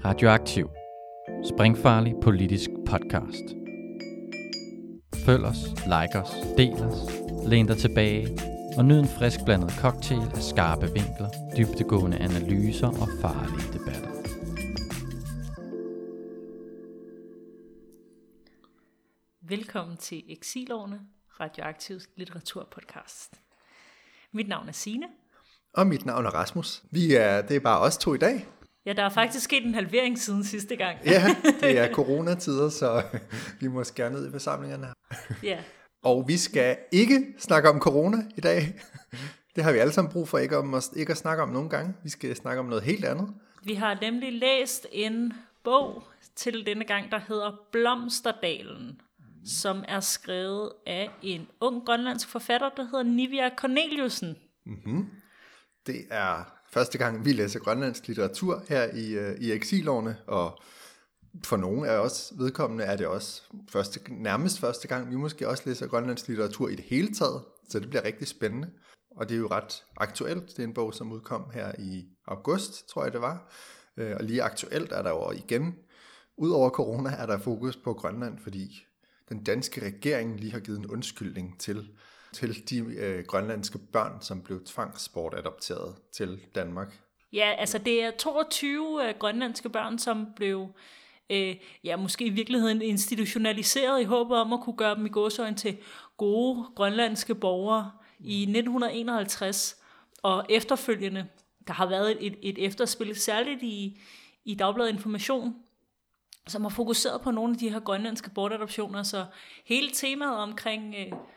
Radioaktiv. Springfarlig politisk podcast. Følg os, like os, del os, læn dig tilbage og nyd en frisk blandet cocktail af skarpe vinkler, dybdegående analyser og farlige debatter. Velkommen til Eksilårene, Radioaktivs litteraturpodcast. Mit navn er Signe. Og mit navn er Rasmus. Det er bare os to i dag. Ja, der er faktisk sket en halvering siden sidste gang. Ja, det er coronatider, så vi må skære ned i forsamlingerne. Ja. Og vi skal ikke snakke om corona i dag. Det har vi alle sammen brug for ikke at snakke om nogle gange. Vi skal snakke om noget helt andet. Vi har nemlig læst en bog til denne gang, der hedder Blomsterdalen, som er skrevet af en ung grønlandsk forfatter, der hedder Niviaq Korneliussen. Mm-hmm. Det er første gang, vi læser grønlandsk litteratur her i Eksilårene, og for nogle af os vedkommende er det også nærmest første gang, vi måske også læser grønlandsk litteratur i det hele taget, så det bliver rigtig spændende. Og det er jo ret aktuelt. Det er en bog, som udkom her i august, tror jeg det var. Og lige aktuelt er der jo igen, udover corona, er der fokus på Grønland, fordi den danske regering lige har givet en undskyldning til de grønlandske børn, som blev tvangsbortadopteret til Danmark. Ja, altså det er 22 grønlandske børn, som blev måske i virkeligheden institutionaliseret i håbet om at kunne gøre dem i gåseøjne til gode grønlandske borgere i 1951. Og efterfølgende, der har været et efterspil, særligt i Dagbladet Information, som har fokuseret på nogle af de her grønlandske bortadoptioner. Så hele temaet omkring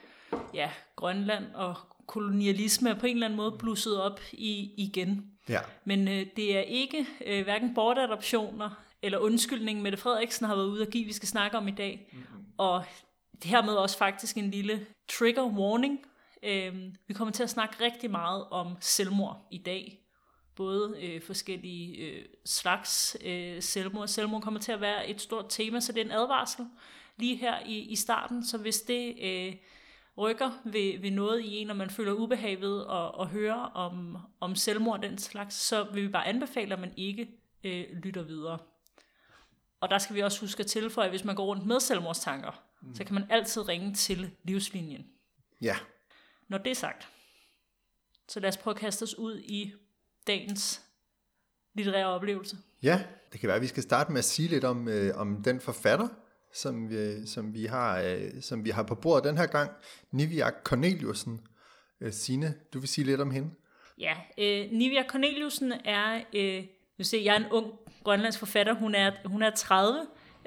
Grønland og kolonialisme er på en eller anden måde blusset op igen. Ja. Men det er ikke hverken bortadoptioner eller undskyldning, Mette Frederiksen har været ude at give, vi skal snakke om i dag. Mm-hmm. Og det her med også faktisk en lille trigger warning. Vi kommer til at snakke rigtig meget om selvmord i dag. Både forskellige slags selvmord. Selvmord kommer til at være et stort tema, så det er en advarsel lige her i starten. Så hvis det rykker ved noget i en, og man føler ubehag ved at høre om selvmord og den slags, så vil vi bare anbefale, at man ikke lytter videre. Og der skal vi også huske at tilføje, at hvis man går rundt med selvmordstanker, så kan man altid ringe til Livslinjen. Ja. Når det er sagt, så lad os prøve at kaste os ud i dagens litterære oplevelse. Ja, det kan være, at vi skal starte med at sige lidt om den forfatter, som vi har på bordet den her gang, Niviaq Korneliussen. Signe, du vil sige lidt om hende? Ja, Niviaq Korneliussen er, jeg er en ung grønlandsk forfatter, hun er 30.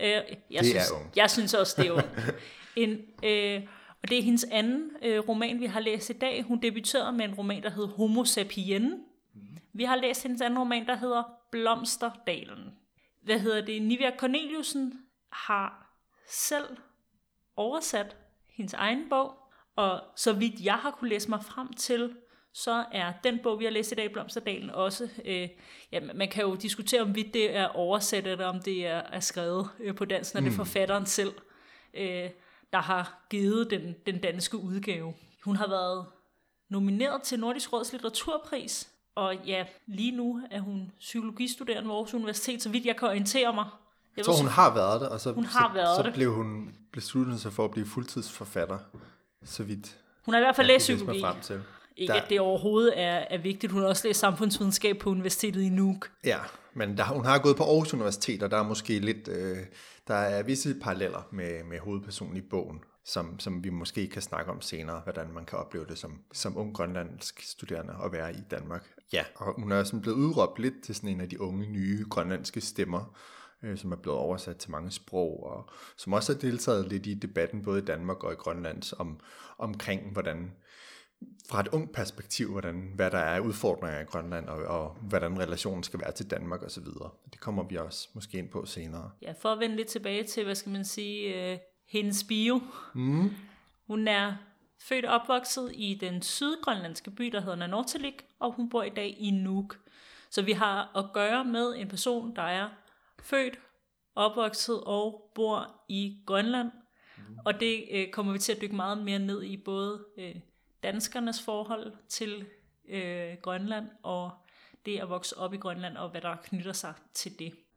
Jeg synes også, det er ung. Og det er hendes anden roman, vi har læst i dag. Hun debuterede med en roman, der hedder Homo Sapien. Vi har læst hendes anden roman, der hedder Blomsterdalen. Niviaq Korneliussen har selv oversat hendes egen bog, og så vidt jeg har kunne læse mig frem til, så er den bog, vi har læst i dag, Blomsterdalen, også, man kan jo diskutere, om det er oversat, eller om det er skrevet på dansk, når det er forfatteren selv, der har givet den danske udgave. Hun har været nomineret til Nordisk Råds litteraturpris, og ja, lige nu er hun psykologistuderende ved Aarhus Universitet, så vidt jeg kan orientere mig. Jeg tror, hun har været det, og så blev hun besluttet sig for at blive fuldtidsforfatter, så vidt. Hun har i hvert fald læst psykologi. Ikke at det overhovedet er vigtigt. Hun har også læst samfundsvidenskab på universitetet i Nuuk. Ja, men hun har gået på Aarhus Universitet, og der er måske lidt, der er visse paralleller med hovedpersonen i bogen, som vi måske kan snakke om senere, hvordan man kan opleve det som ung grønlandsk studerende at være i Danmark. Ja, og hun er sådan blevet udråbt lidt til sådan en af de unge, nye grønlandske stemmer, som er blevet oversat til mange sprog, og som også har deltaget lidt i debatten, både i Danmark og i Grønland, omkring hvordan, fra et ungt perspektiv, hvad der er udfordringer i Grønland, og hvordan relationen skal være til Danmark osv. Det kommer vi også måske ind på senere. Ja, for at vende lidt tilbage til, hendes bio. Hun er født og opvokset i den sydgrønlandske by, der hedder Nanortalik, og hun bor i dag i Nuuk. Så vi har at gøre med en person, der er født, opvokset og bor i Grønland. Og det kommer vi til at dykke meget mere ned i, både danskernes forhold til Grønland, og det at vokse op i Grønland, og hvad der knytter sig til det.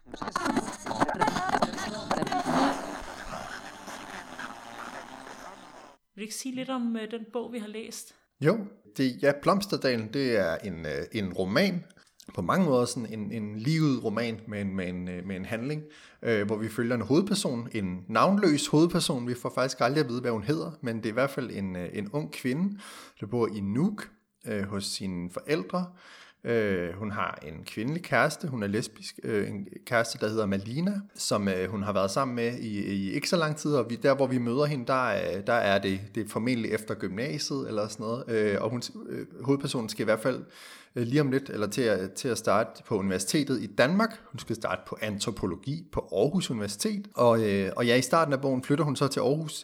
Vil du ikke sige lidt om den bog, vi har læst? Jo, Blomsterdalen, det er en roman, på mange måder sådan en livet roman med en handling, hvor vi følger en hovedperson, en navnløs hovedperson. Vi får faktisk aldrig at vide, hvad hun hedder, men det er i hvert fald en ung kvinde, der bor i Nuuk hos sine forældre. Hun har en kvindelig kæreste, hun er lesbisk, en kæreste, der hedder Malina, som hun har været sammen med i ikke så lang tid, og der hvor vi møder hende, der er det er formentlig efter gymnasiet eller sådan noget, og hovedpersonen skal i hvert fald lige om lidt, eller til at starte på universitetet i Danmark. Hun skal starte på antropologi på Aarhus Universitet, og i starten af bogen flytter hun så til Aarhus,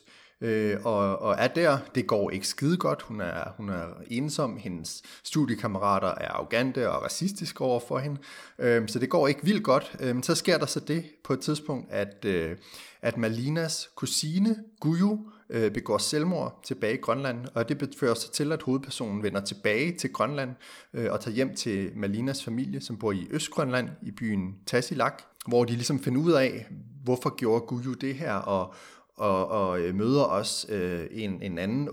og er der. Det går ikke skide godt. Hun er ensom. Hendes studiekammerater er arrogante og racistiske over for hende. Så det går ikke vildt godt. Så sker der så det på et tidspunkt, at Malinas kusine, Guyu, begår selvmord tilbage i Grønland, og det fører sig til, at hovedpersonen vender tilbage til Grønland og tager hjem til Malinas familie, som bor i Østgrønland, i byen Tasiilaq, hvor de ligesom finder ud af, hvorfor gjorde Guyu det her, og møder også en anden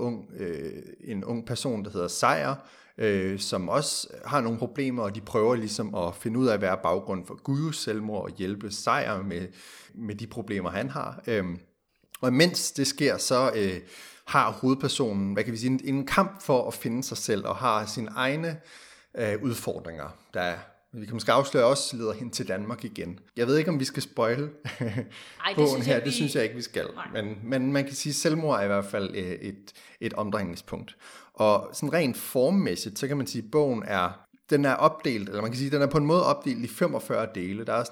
ung person, der hedder Sejr, som også har nogle problemer, og de prøver ligesom at finde ud af, hvad er baggrunden for Guyus selvmord, og hjælpe Sejr med de problemer, han har. Og mens det sker, så har hovedpersonen, hvad kan vi sige, en kamp for at finde sig selv, og har sine egne udfordringer, der vi kan måske afsløre også leder hende til Danmark igen. Jeg ved ikke, om vi skal spoile bogen her. Det synes jeg ikke, vi skal. Men man kan sige, at selvmord er i hvert fald et omdrejningspunkt. Og sådan rent formmæssigt, så kan man sige, at bogen den er opdelt, eller man kan sige, den er på en måde opdelt i 45 dele. Der er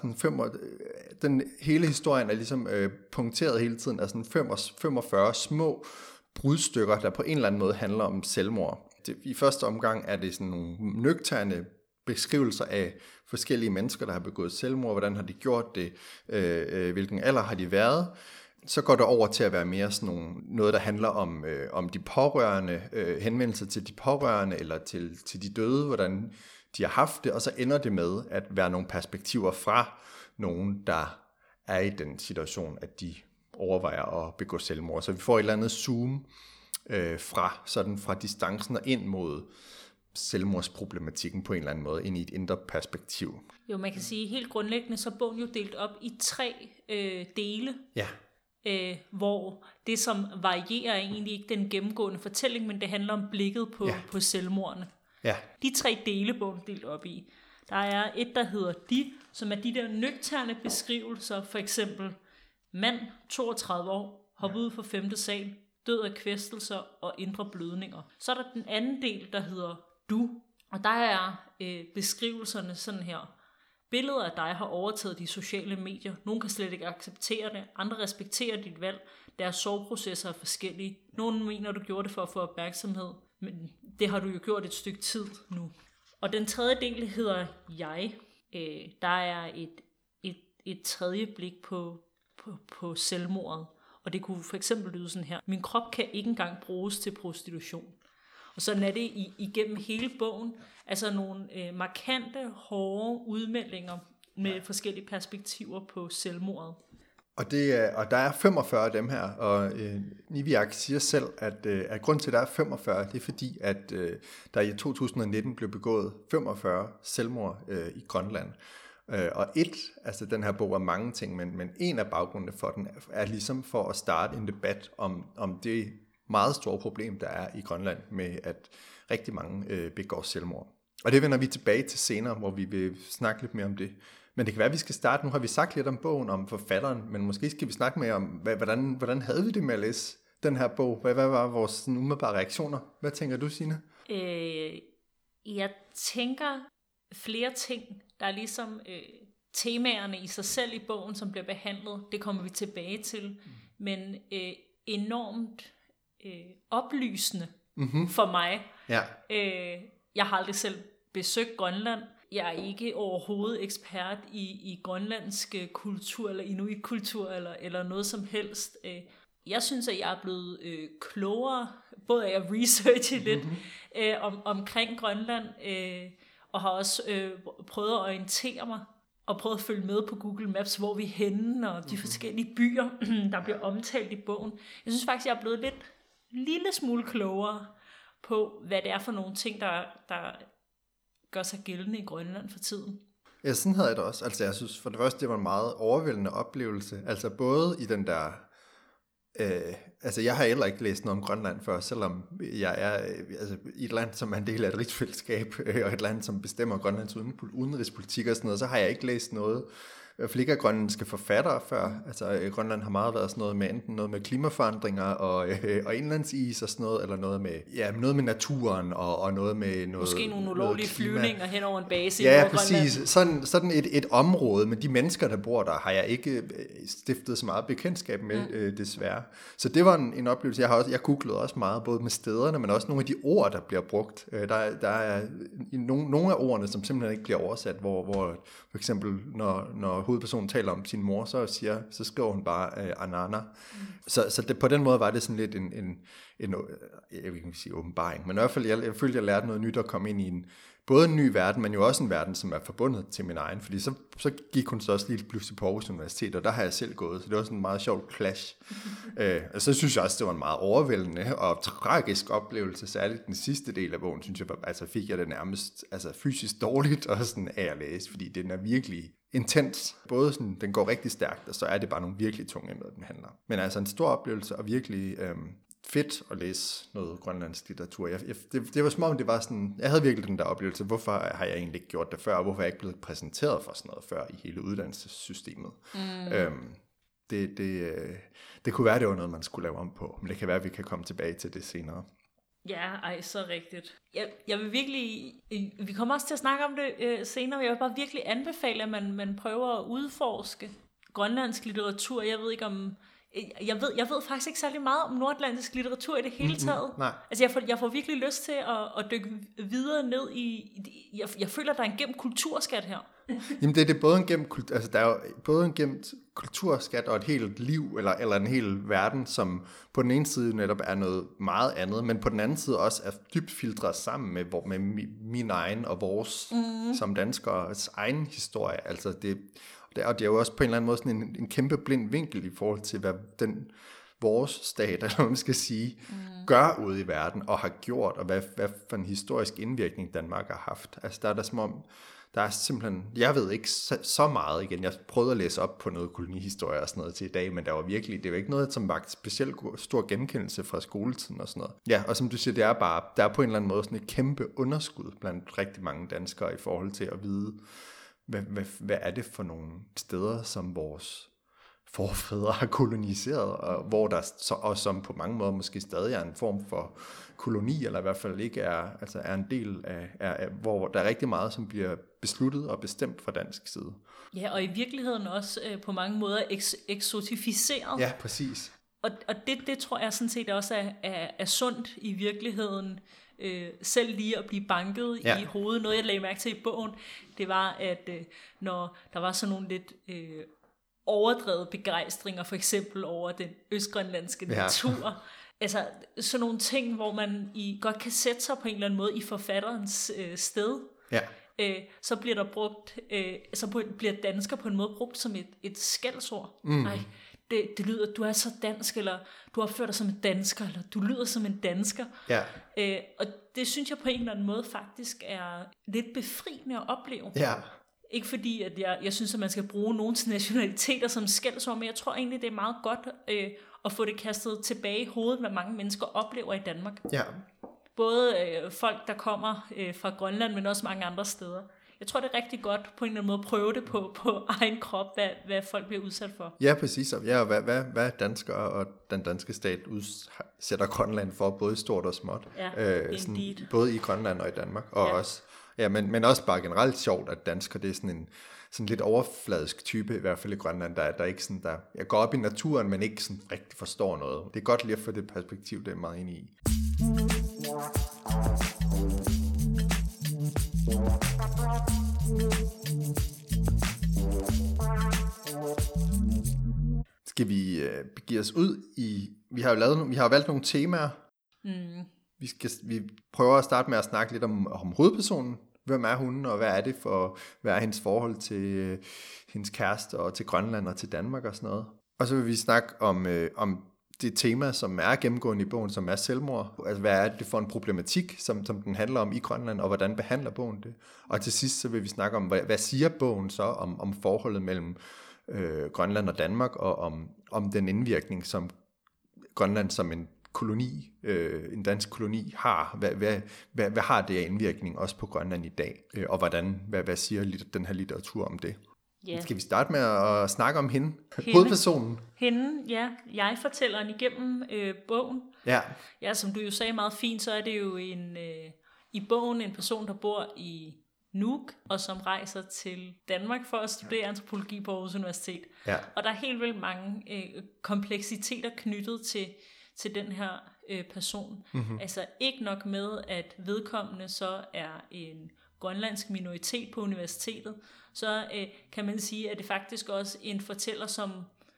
sådan hele historien er ligesom punkteret hele tiden af sådan 45 små brudstykker, der på en eller anden måde handler om selvmord. I første omgang er det sådan nogle nøgterne beskrivelser af forskellige mennesker, der har begået selvmord, hvordan har de gjort det, hvilken alder har de været. Så går det over til at være mere sådan noget, der handler om de pårørende, henvendelser til de pårørende, eller til de døde, hvordan de har haft det, og så ender det med at være nogle perspektiver fra nogen, der er i den situation, at de overvejer at begå selvmord. Så vi får et eller andet zoom fra distancen og ind mod selvmordsproblematikken på en eller anden måde, ind i et indre perspektiv. Jo, man kan sige, helt grundlæggende, så er bogen jo delt op i 3 dele, hvor det, som varierer, er egentlig ikke den gennemgående fortælling, men det handler om blikket på selvmordene. Ja. De 3 dele, bogen delt op i. Der er et, der hedder De, som er de der nøgterne beskrivelser, for eksempel mand, 32 år, hoppet ud fra 5. sal, død af kvæstelser og indre blødninger. Så er der den anden del, der hedder Du, og der er beskrivelserne sådan her. Billeder af dig har overtaget de sociale medier. Nogle kan slet ikke acceptere det. Andre respekterer dit valg. Deres sorgprocesser er forskellige. Nogle mener, du gjorde det for at få opmærksomhed. Men det har du jo gjort et stykke tid nu. Og den tredje del hedder Jeg. Der er et tredje blik på selvmordet. Og det kunne for eksempel lyde sådan her. Min krop kan ikke engang bruges til prostitution. Og sådan er det igennem hele bogen. Altså nogle markante, hårde udmeldinger med forskellige perspektiver på selvmordet. Og der er 45 af dem her, og Niviaq siger selv, at grund til, at der er 45, det er fordi, at der i 2019 blev begået 45 selvmord i Grønland. Og altså den her bog er mange ting, men en af baggrundene for den er ligesom for at starte en debat om det meget store problem, der er i Grønland med, at rigtig mange begår selvmord. Og det vender vi tilbage til senere, hvor vi vil snakke lidt mere om det. Men det kan være, at vi skal starte. Nu har vi sagt lidt om bogen, om forfatteren, men måske skal vi snakke mere om, hvordan havde vi det med at læse den her bog? Hvad var vores umiddelbare reaktioner? Hvad tænker du, Signe? Jeg tænker flere ting. Der er ligesom temaerne i sig selv i bogen, som bliver behandlet. Det kommer vi tilbage til. Men enormt oplysende for mig. Ja. Jeg har aldrig selv besøgt Grønland. Jeg er ikke overhovedet ekspert i grønlandsk kultur, eller inuitkultur, eller noget som helst. Jeg synes, at jeg er blevet klogere, både af at researche lidt omkring Grønland, og har også prøvet at orientere mig og prøvet at følge med på Google Maps, hvor vi er henne, og de forskellige byer, der bliver omtalt i bogen. Jeg synes faktisk, jeg er blevet lidt lille smule klogere på, hvad det er for nogle ting, der gør sig gældende i Grønland for tiden. Ja, sådan havde jeg det også. Altså jeg synes for det første, det var en meget overvældende oplevelse. Altså både i den der... altså jeg har heller ikke læst noget om Grønland før, selvom jeg er i et land, som er en del af et rigsfællesskab, og et land, som bestemmer Grønlands udenrigspolitik og sådan noget, så har jeg ikke læst noget, i hvert fald ikke af grønlandske forfattere før. Altså Grønland har meget været sådan noget med enten noget med klimaforandringer og indlandsis og sådan noget, eller noget med naturen og noget med noget... Måske nogle ulovlige flyvninger hen over en base i Grønland. Ja, præcis. Sådan et område med de mennesker, der bor der, har jeg ikke stiftet så meget bekendtskab med, desværre. Så det var en oplevelse. Jeg googlede også meget, både med stederne, men også nogle af de ord, der bliver brugt. Der er nogle af ordene, som simpelthen ikke bliver oversat, hvor for eksempel, når hovedpersonen taler om sin mor, så skriver hun bare Anana. Så det, på den måde var det sådan lidt en jeg vil ikke sige åbenbaring, men i hvert fald jeg følte, jeg lærte noget nyt at komme ind i både en ny verden, men jo også en verden, som er forbundet til min egen, fordi så gik hun så også lige pludselig på Aarhus Universitet, og der har jeg selv gået, så det var sådan en meget sjovt clash. Og så synes jeg også, det var en meget overvældende og tragisk oplevelse, særligt den sidste del af bogen, synes jeg, altså fik jeg det nærmest fysisk dårligt og sådan af at læse, fordi den er virkelig intens. Både sådan, den går rigtig stærkt, og så er det bare nogle virkelig tunge emner, den handler. Men altså en stor oplevelse, og virkelig fedt at læse noget grønlandsk litteratur. Det var som om, det var sådan, jeg havde virkelig den der oplevelse, hvorfor har jeg egentlig ikke gjort det før, og hvorfor er jeg ikke blevet præsenteret for sådan noget før i hele uddannelsessystemet. Det kunne være, det var noget, man skulle lave om på, men det kan være, at vi kan komme tilbage til det senere. Ja, så rigtigt. Jeg vil virkelig, vi kommer også til at snakke om det senere, jeg vil bare virkelig anbefale, at man prøver at udforske grønlandsk litteratur. Jeg ved ikke om, jeg ved faktisk ikke særlig meget om nordatlantisk litteratur i det hele taget. Nej. Altså jeg får virkelig lyst til at dykke videre ned i, jeg føler, der er en gemt kulturskat her. Jamen det er både en gemt, altså der er jo både en gemt kulturskat og et helt liv, eller en hel verden, som på den ene side netop er noget meget andet, men på den anden side også er dybt filtreret sammen med min egen og vores som danskers egen historie. Altså og det er jo også på en eller anden måde sådan en kæmpe blind vinkel i forhold til, hvad vores stat, eller hvad man skal sige, gør ude i verden, og har gjort, og hvad for en historisk indvirkning Danmark har haft. Altså der er simpelthen, jeg ved ikke så meget igen, jeg prøvede at læse op på noget kolonihistorie og sådan noget til i dag, men det var ikke noget, som var specielt stor genkendelse fra skoletiden og sådan noget. Ja, og som du siger, der er på en eller anden måde sådan et kæmpe underskud blandt rigtig mange danskere i forhold til at vide, hvad er det for nogle steder, som vores forfædre har koloniseret, og hvor der og som på mange måder måske stadig er en form for koloni, eller i hvert fald ikke er en del af hvor der er rigtig meget, som bliver besluttet og bestemt fra dansk side. Ja, og i virkeligheden også på mange måder eksotificeret. Ja, præcis. Og det tror jeg sådan set også er sundt i virkeligheden, selv lige at blive banket i hovedet. Noget jeg lagde mærke til i bogen, det var, at når der var sådan nogle lidt overdrevet begejstringer, for eksempel over den østgrønlandske natur, altså sådan nogle ting, hvor man godt kan sætte sig på en eller anden måde i forfatterens sted, så bliver der brugt, bliver dansker på en måde brugt som et skældsord. Nej, det lyder, du er så dansk, eller du opfører dig som en dansker, eller du lyder som en dansker. Ja. Og det synes jeg på en eller anden måde faktisk er lidt befriende at opleve. Ja. Ikke fordi, at jeg synes, at man skal bruge nogens nationaliteter som skældsord, men jeg tror egentlig, det er meget godt at få det kastet tilbage i hovedet, hvad mange mennesker oplever i Danmark. Ja. Både folk, der kommer fra Grønland, men også mange andre steder. Jeg tror, det er rigtig godt på en eller anden måde at prøve det på egen krop, hvad folk bliver udsat for. Ja, præcis. Ja, og hvad danskere og den danske stat udsætter Grønland for, både stort og småt. Ja, sådan, både i Grønland og i Danmark. Og også, men også bare generelt sjovt, at danskere, det er sådan en lidt overfladisk type, i hvert fald i Grønland, der ikke sådan, jeg går op i naturen, men ikke sådan rigtig forstår noget. Det er godt lige at få det perspektiv, det er meget inde i. Skal vi begive os ud i... Vi har valgt nogle temaer. Vi prøver at starte med at snakke lidt om hovedpersonen, Hvem er hun, og hvad er hendes forhold til hendes kæreste og til Grønland og til Danmark og sådan noget. Og så vil vi snakke om det tema, som er gennemgående i bogen, som er selvmord. Altså, hvad er det for en problematik, som den handler om i Grønland, og hvordan behandler bogen det? Og til sidst så vil vi snakke om, hvad siger bogen så om forholdet mellem Grønland og Danmark, og om den indvirkning, som Grønland som en koloni, en dansk koloni har. Hvad har det af indvirkning også på Grønland i dag? Og hvad siger den her litteratur om det? Yeah. Skal vi starte med at snakke om hende? Hovedpersonen? Hende, ja. Jeg fortæller den igennem bogen. Ja. Ja, som du jo sagde meget fint, så er det jo i bogen en person, der bor i Nuuk, og som rejser til Danmark for at studere antropologi på Aarhus Universitet. Ja. Og der er helt vildt mange kompleksiteter knyttet til den her person. Mm-hmm. Altså ikke nok med, at vedkommende så er en grønlandsk minoritet på universitetet, så kan man sige, at det faktisk også en fortæller, som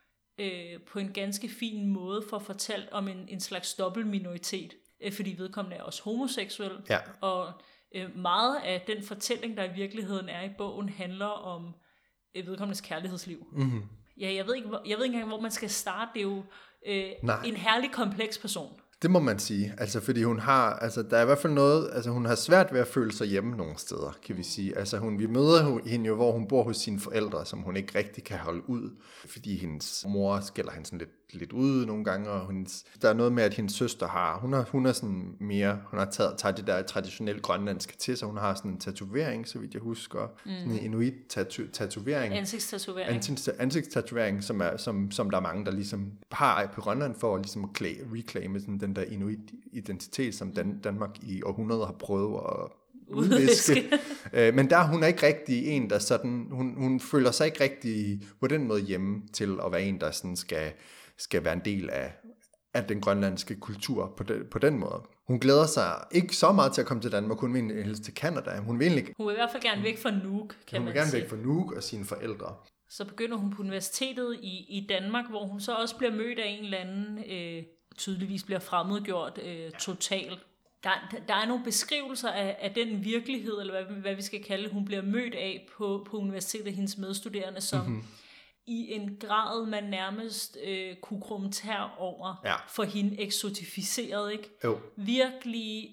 på en ganske fin måde får fortalt om en slags dobbelt minoritet, fordi vedkommende er også homoseksuel, og meget af den fortælling, der i virkeligheden er i bogen, handler om vedkommendes kærlighedsliv. Mm-hmm. Ja, jeg ved ikke engang, hvor man skal starte. Det er jo en herlig kompleks person. Det må man sige, altså fordi hun har, altså der er i hvert fald noget, altså hun har svært ved at føle sig hjemme nogle steder, kan vi sige. Altså vi møder hende jo, hvor hun bor hos sine forældre, som hun ikke rigtig kan holde ud, fordi hendes mor skælder hende sådan lidt ud nogle gange, og der er noget med, at hendes søster hun er sådan mere, hun har taget det der traditionelle grønlandske til, så hun har sådan en tatovering, så vidt jeg husker, sådan en inuit-tatovering. Ansigtstatovering, som der er mange, der ligesom har på Grønland for at ligesom reclaime sådan den der inuit-identitet, som Danmark i århundreder har prøvet at udviske. Men der hun er ikke rigtig en, der sådan, hun føler sig ikke rigtig på den måde hjemme til at være en, der sådan skal være en del af den grønlandske kultur på den måde. Hun glæder sig ikke så meget til at komme til Danmark, hun vil helst til Canada. Hun vil i hvert fald gerne væk fra Nuuk, hun vil gerne væk fra Nuuk og sine forældre. Så begynder hun på universitetet i Danmark, hvor hun så også bliver mødt af en eller anden, tydeligvis bliver fremmedgjort totalt. Der er nogle beskrivelser af den virkelighed, eller hvad vi skal kalde det, hun bliver mødt af på universitetet af hendes medstuderende, som i en grad, man nærmest kunne kommentere over for hende eksotificeret, ikke? Jo. Virkelig,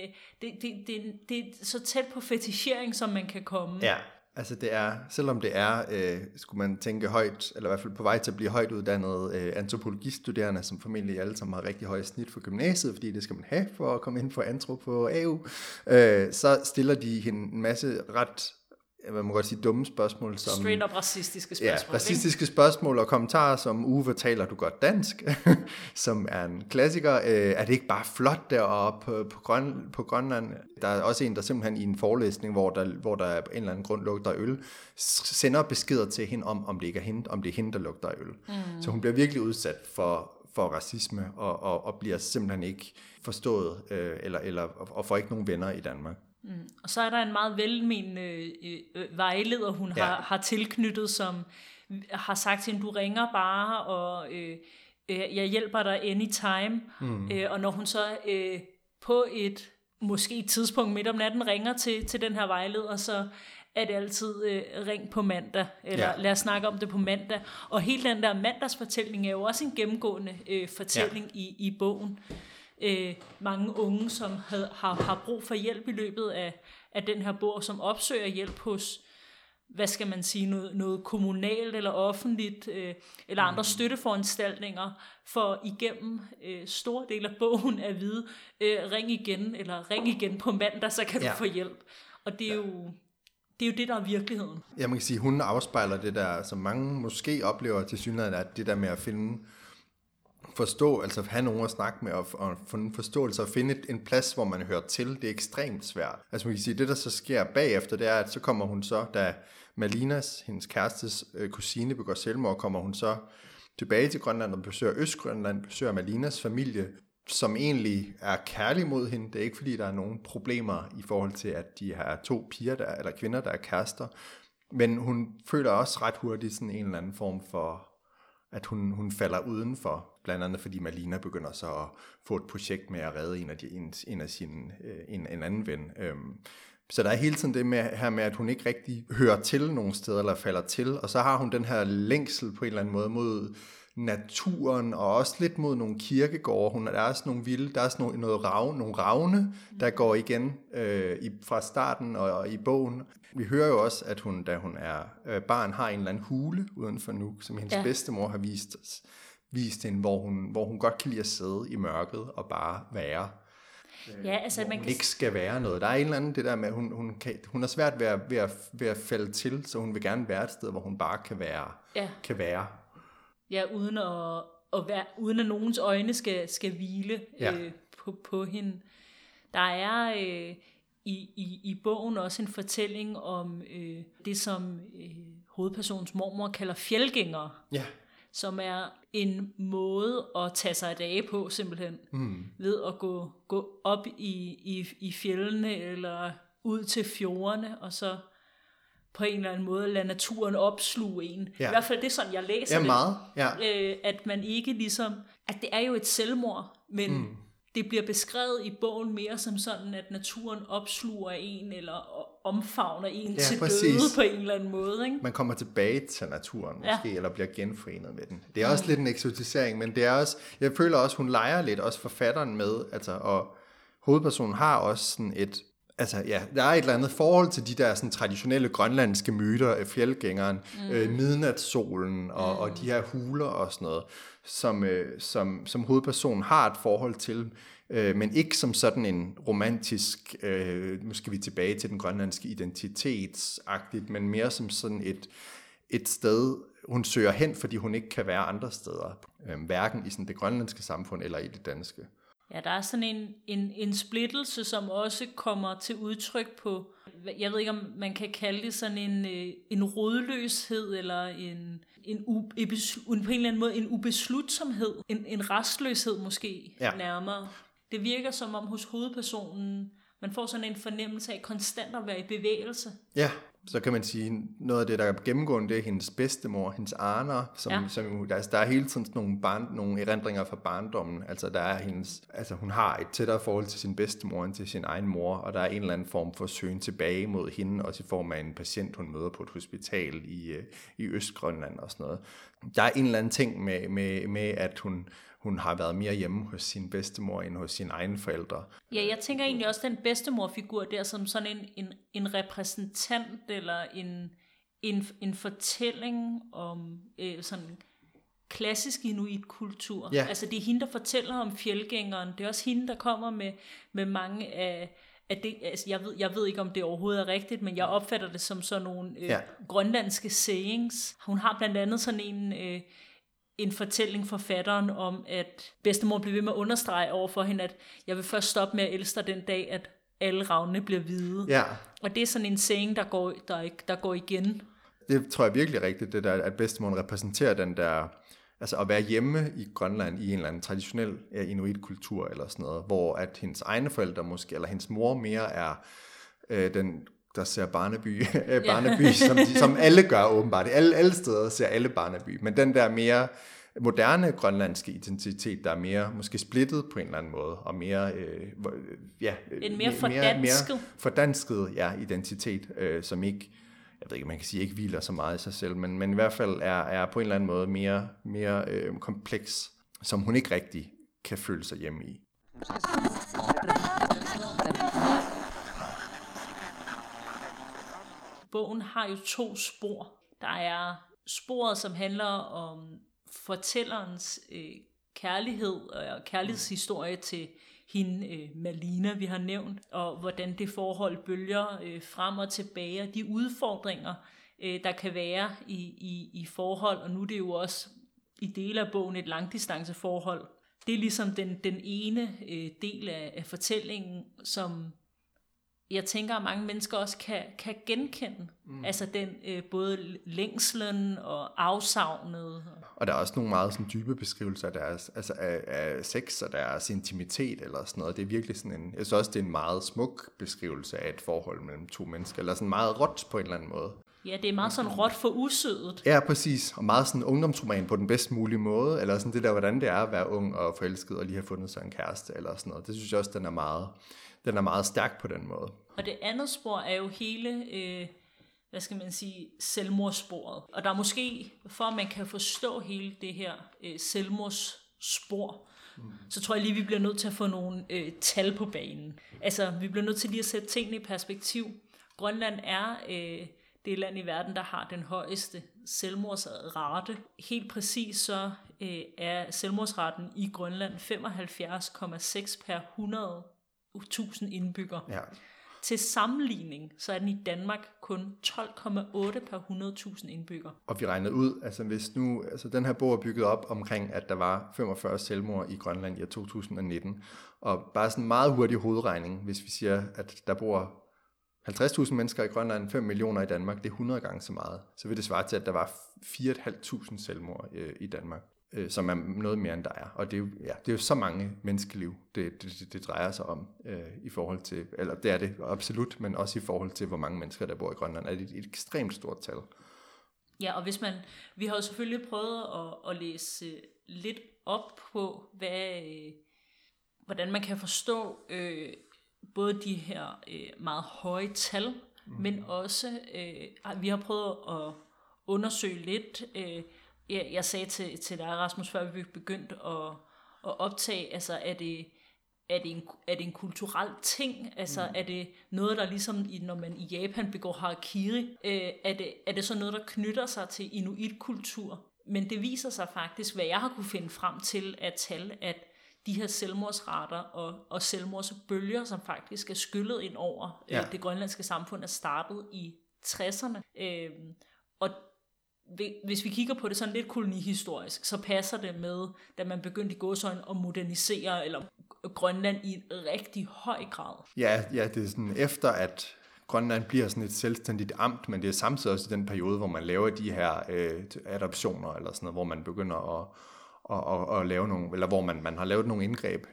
det er så tæt på fetichering, som man kan komme. Ja. Altså det er, selvom det er, skulle man tænke højt, eller i hvert fald på vej til at blive højt uddannet antropologistuderende, som formentlig alle sammen har rigtig højt snit for gymnasiet, fordi det skal man have for at komme ind på antro på AU, så stiller de hende en masse ret, hvad man godt sige, dumme spørgsmål. Som, straight up racistiske spørgsmål. Ja, racistiske spørgsmål og kommentarer som, Uwe, taler du godt dansk? Som er en klassiker. Er det ikke bare flot deroppe på Grønland? Der er også en, der simpelthen i en forelæsning, hvor der af en eller anden grund lugter af øl, sender beskeder til hende om det ikke er hende, om det er hende, der lugter af øl. Mm. Så hun bliver virkelig udsat for racisme og bliver simpelthen ikke forstået og får ikke nogen venner i Danmark. Mm. Og så er der en meget velmenende vejleder, hun har tilknyttet, som har sagt til hende, du ringer bare, og jeg hjælper dig anytime. Mm. Og når hun så på et måske et tidspunkt midt om natten ringer til den her vejleder, så er det altid ring på mandag, eller lad os snakke om det på mandag. Og hele den der mandagsfortælling er jo også en gennemgående fortælling i bogen. Mange unge, som har brug for hjælp i løbet af den her bog, som opsøger hjælp hos, hvad skal man sige, noget kommunalt eller offentligt, eller andre støtteforanstaltninger, for igennem store dele af bogen at vide, ring igen på mandag, så kan du få hjælp. Og det er jo det, der er virkeligheden. Ja, man kan sige, hun afspejler det der, som mange måske oplever til synligheden, at det der med at forstå, altså have nogen at snakke med og få en forståelse og finde en plads, hvor man hører til, det er ekstremt svært. Altså man kan sige, det der så sker bagefter, det er, at så kommer hun så, da Malinas, hendes kærestes kusine, begår selvmord, kommer hun så tilbage til Grønland og besøger Østgrønland, besøger Malinas familie, som egentlig er kærlig mod hende. Det er ikke fordi, der er nogen problemer i forhold til, at de har 2 piger, eller kvinder, der er kærester. Men hun føler også ret hurtigt sådan en eller anden form for, at hun falder udenfor. Blandt andet fordi Malina begynder så at få et projekt med at redde en anden ven. Så der er hele tiden det med, at hun ikke rigtig hører til nogen steder, eller falder til, og så har hun den her længsel på en eller anden måde mod naturen, og også lidt mod nogle kirkegårde. Der er også nogle vilde, der er også nogle ravne, der går igen fra starten og i bogen. Vi hører jo også, at hun, da hun er barn, har en eller anden hule uden for Nuuk, som hendes bedstemor har vist hende, hvor hun godt kan lide at sidde i mørket og bare være. Ja, altså man ikke skal være noget. Der er en eller anden det der med, at hun har svært ved at falde til, så hun vil gerne være et sted, hvor hun bare kan være. Ja, uden at nogens øjne skal hvile på hende. Der er i bogen også en fortælling om det, som hovedpersonens mormor kalder fjeldgængere. Ja. Som er en måde at tage sig af dage på, simpelthen. Ved at gå op i fjellene, eller ud til fjordene, og så på en eller anden måde lade naturen opsluge en. Ja. I hvert fald det er sådan, jeg læser det. Meget. Ja. At man ikke ligesom... At det er jo et selvmord, men det bliver beskrevet i bogen mere som sådan, at naturen opsluger en, eller omfavner en til døde på en eller anden måde. Ikke? Man kommer tilbage til naturen måske, eller bliver genforenet med den. Det er også lidt en eksotisering, men det er også... Jeg føler også, hun leger lidt, også forfatteren med, altså, og hovedpersonen har også sådan et... Altså ja, der er et eller andet forhold til de der sådan traditionelle grønlandske myter af fjeldgængeren, midnatssolen og de her huler og sådan noget, som hovedpersonen har et forhold til, men ikke som sådan en romantisk, nu skal vi tilbage til den grønlandske identitetsagtigt, men mere som sådan et sted, hun søger hen, fordi hun ikke kan være andre steder, hverken i sådan det grønlandske samfund eller i det danske. Ja, der er sådan en splittelse, som også kommer til udtryk på, jeg ved ikke, om man kan kalde det sådan en rodløshed, eller på en eller anden måde en ubeslutsomhed, en restløshed måske nærmere. Det virker som om hos hovedpersonen, man får sådan en fornemmelse af konstant at være i bevægelse. Ja. Så kan man sige, noget af det, der er gennemgående, det er hendes bedstemor, hendes Arner, som der er hele tiden nogle erindringer fra barndommen. Altså, der er hun har et tættere forhold til sin bedstemor end til sin egen mor, og der er en eller anden form for søgen tilbage mod hende, også i form af en patient, hun møder på et hospital i Østgrønland og sådan noget. Der er en eller anden ting med at hun har været mere hjemme hos sin bedstemor end hos sine egne forældre. Ja, jeg tænker egentlig også den bedstemorfigur der som sådan en repræsentant eller en fortælling om sådan klassisk inuitkultur. Ja. Altså det er hende, der fortæller om fjeldgængeren. Det er også hende, der kommer med mange af det. Altså jeg ved ikke, om det overhovedet er rigtigt, men jeg opfatter det som sådan nogle grønlandske sayings. Hun har blandt andet sådan en fortælling forfatteren om, at bedstemor bliver ved med at understrege over for hende, at jeg vil først stoppe med at elske dig den dag, at alle ravnene bliver hvide. Ja. Og det er sådan en saying, der går igen. Det tror jeg virkelig er rigtigt, det der, at bedstemor repræsenterer den der, altså at være hjemme i Grønland i en eller anden traditionel inuitkultur eller sådan noget, hvor at hendes egne forældre måske, eller hendes mor mere er den, der ser Barnaby, som alle gør åbenbart. Alle steder ser alle Barnaby. Men den der mere moderne grønlandske identitet, der er mere måske splittet på en eller anden måde, og mere, en mere fordansket. Fordansket, identitet, som ikke, jeg ved ikke, man kan sige, ikke hviler så meget i sig selv, men i hvert fald er på en eller anden måde mere kompleks, som hun ikke rigtig kan føle sig hjemme i. Bogen har jo 2 spor. Der er sporet, som handler om fortællerens kærlighed og kærlighedshistorie til hende, Malina, vi har nævnt, og hvordan det forhold bølger frem og tilbage, og de udfordringer, der kan være i forhold, og nu er det jo også i dele af bogen et langdistanceforhold. Det er ligesom den ene del af fortællingen, som jeg tænker, at mange mennesker også kan genkende. Altså den både længslen og afsavnet. Og der er også nogle meget sådan dybe beskrivelser af deres, altså af sex og deres intimitet eller sådan noget. Det er virkelig sådan jeg synes også, det er en meget smuk beskrivelse af et forhold mellem 2 mennesker, eller sådan meget råt på en eller anden måde. Ja, det er meget sådan råt for usødet. Ja, præcis. Og meget sådan ungdomsroman på den bedst mulige måde, eller sådan det der, hvordan det er at være ung og forelsket og lige have fundet sig en kæreste eller sådan noget. Det synes jeg også, den er meget den er meget stærk på den måde. Og det andet spor er jo hele, selvmordssporet. Og der er måske, for at man kan forstå hele det her selvmordsspor, så tror jeg lige, vi bliver nødt til at få nogle tal på banen. Altså, vi bliver nødt til lige at sætte tingene i perspektiv. Grønland er det land i verden, der har den højeste selvmordsrate. Helt præcis så er selvmordsraten i Grønland 75,6 per 100.000 indbyggere. Ja. Til sammenligning, så er den i Danmark kun 12,8 per 100.000 indbyggere. Og vi regnede ud, altså hvis nu, altså den her bog er bygget op omkring, at der var 45 selvmord i Grønland i 2019. Og bare sådan en meget hurtig hovedregning, hvis vi siger, at der bor 50.000 mennesker i Grønland, 5 millioner i Danmark, det er 100 gange så meget. Så vil det svare til, at der var 4.500 selvmord i Danmark, som er noget mere end der er. Og det er jo så mange menneskeliv, det drejer sig om i forhold til, eller det er det absolut, men også i forhold til, hvor mange mennesker, der bor i Grønland, er det et ekstremt stort tal. Ja, og vi har jo selvfølgelig prøvet at læse lidt op på, hvordan man kan forstå både de her meget høje tal, men også, vi har prøvet at undersøge lidt. Jeg sagde til dig, Rasmus, før vi begyndte at optage, altså er det en kulturel ting? Altså er det noget, der ligesom, når man i Japan begår harakiri, er det så noget, der knytter sig til inuitkultur? Men det viser sig faktisk, hvad jeg har kunne finde frem til af tal, at de her selvmordsrater og selvmordsbølger, som faktisk er skyllet ind over det grønlandske samfund, er startet i 60'erne. Og hvis vi kigger på det sådan lidt kolonihistorisk, så passer det med, da man begyndte i gåseøjne at modernisere eller Grønland i en rigtig høj grad. Ja, det er sådan efter, at Grønland bliver sådan et selvstændigt amt, men det er samtidig også i den periode, hvor man laver de her adoptioner, eller sådan noget, hvor man begynder at lave nogle, eller hvor man har lavet nogle indgreb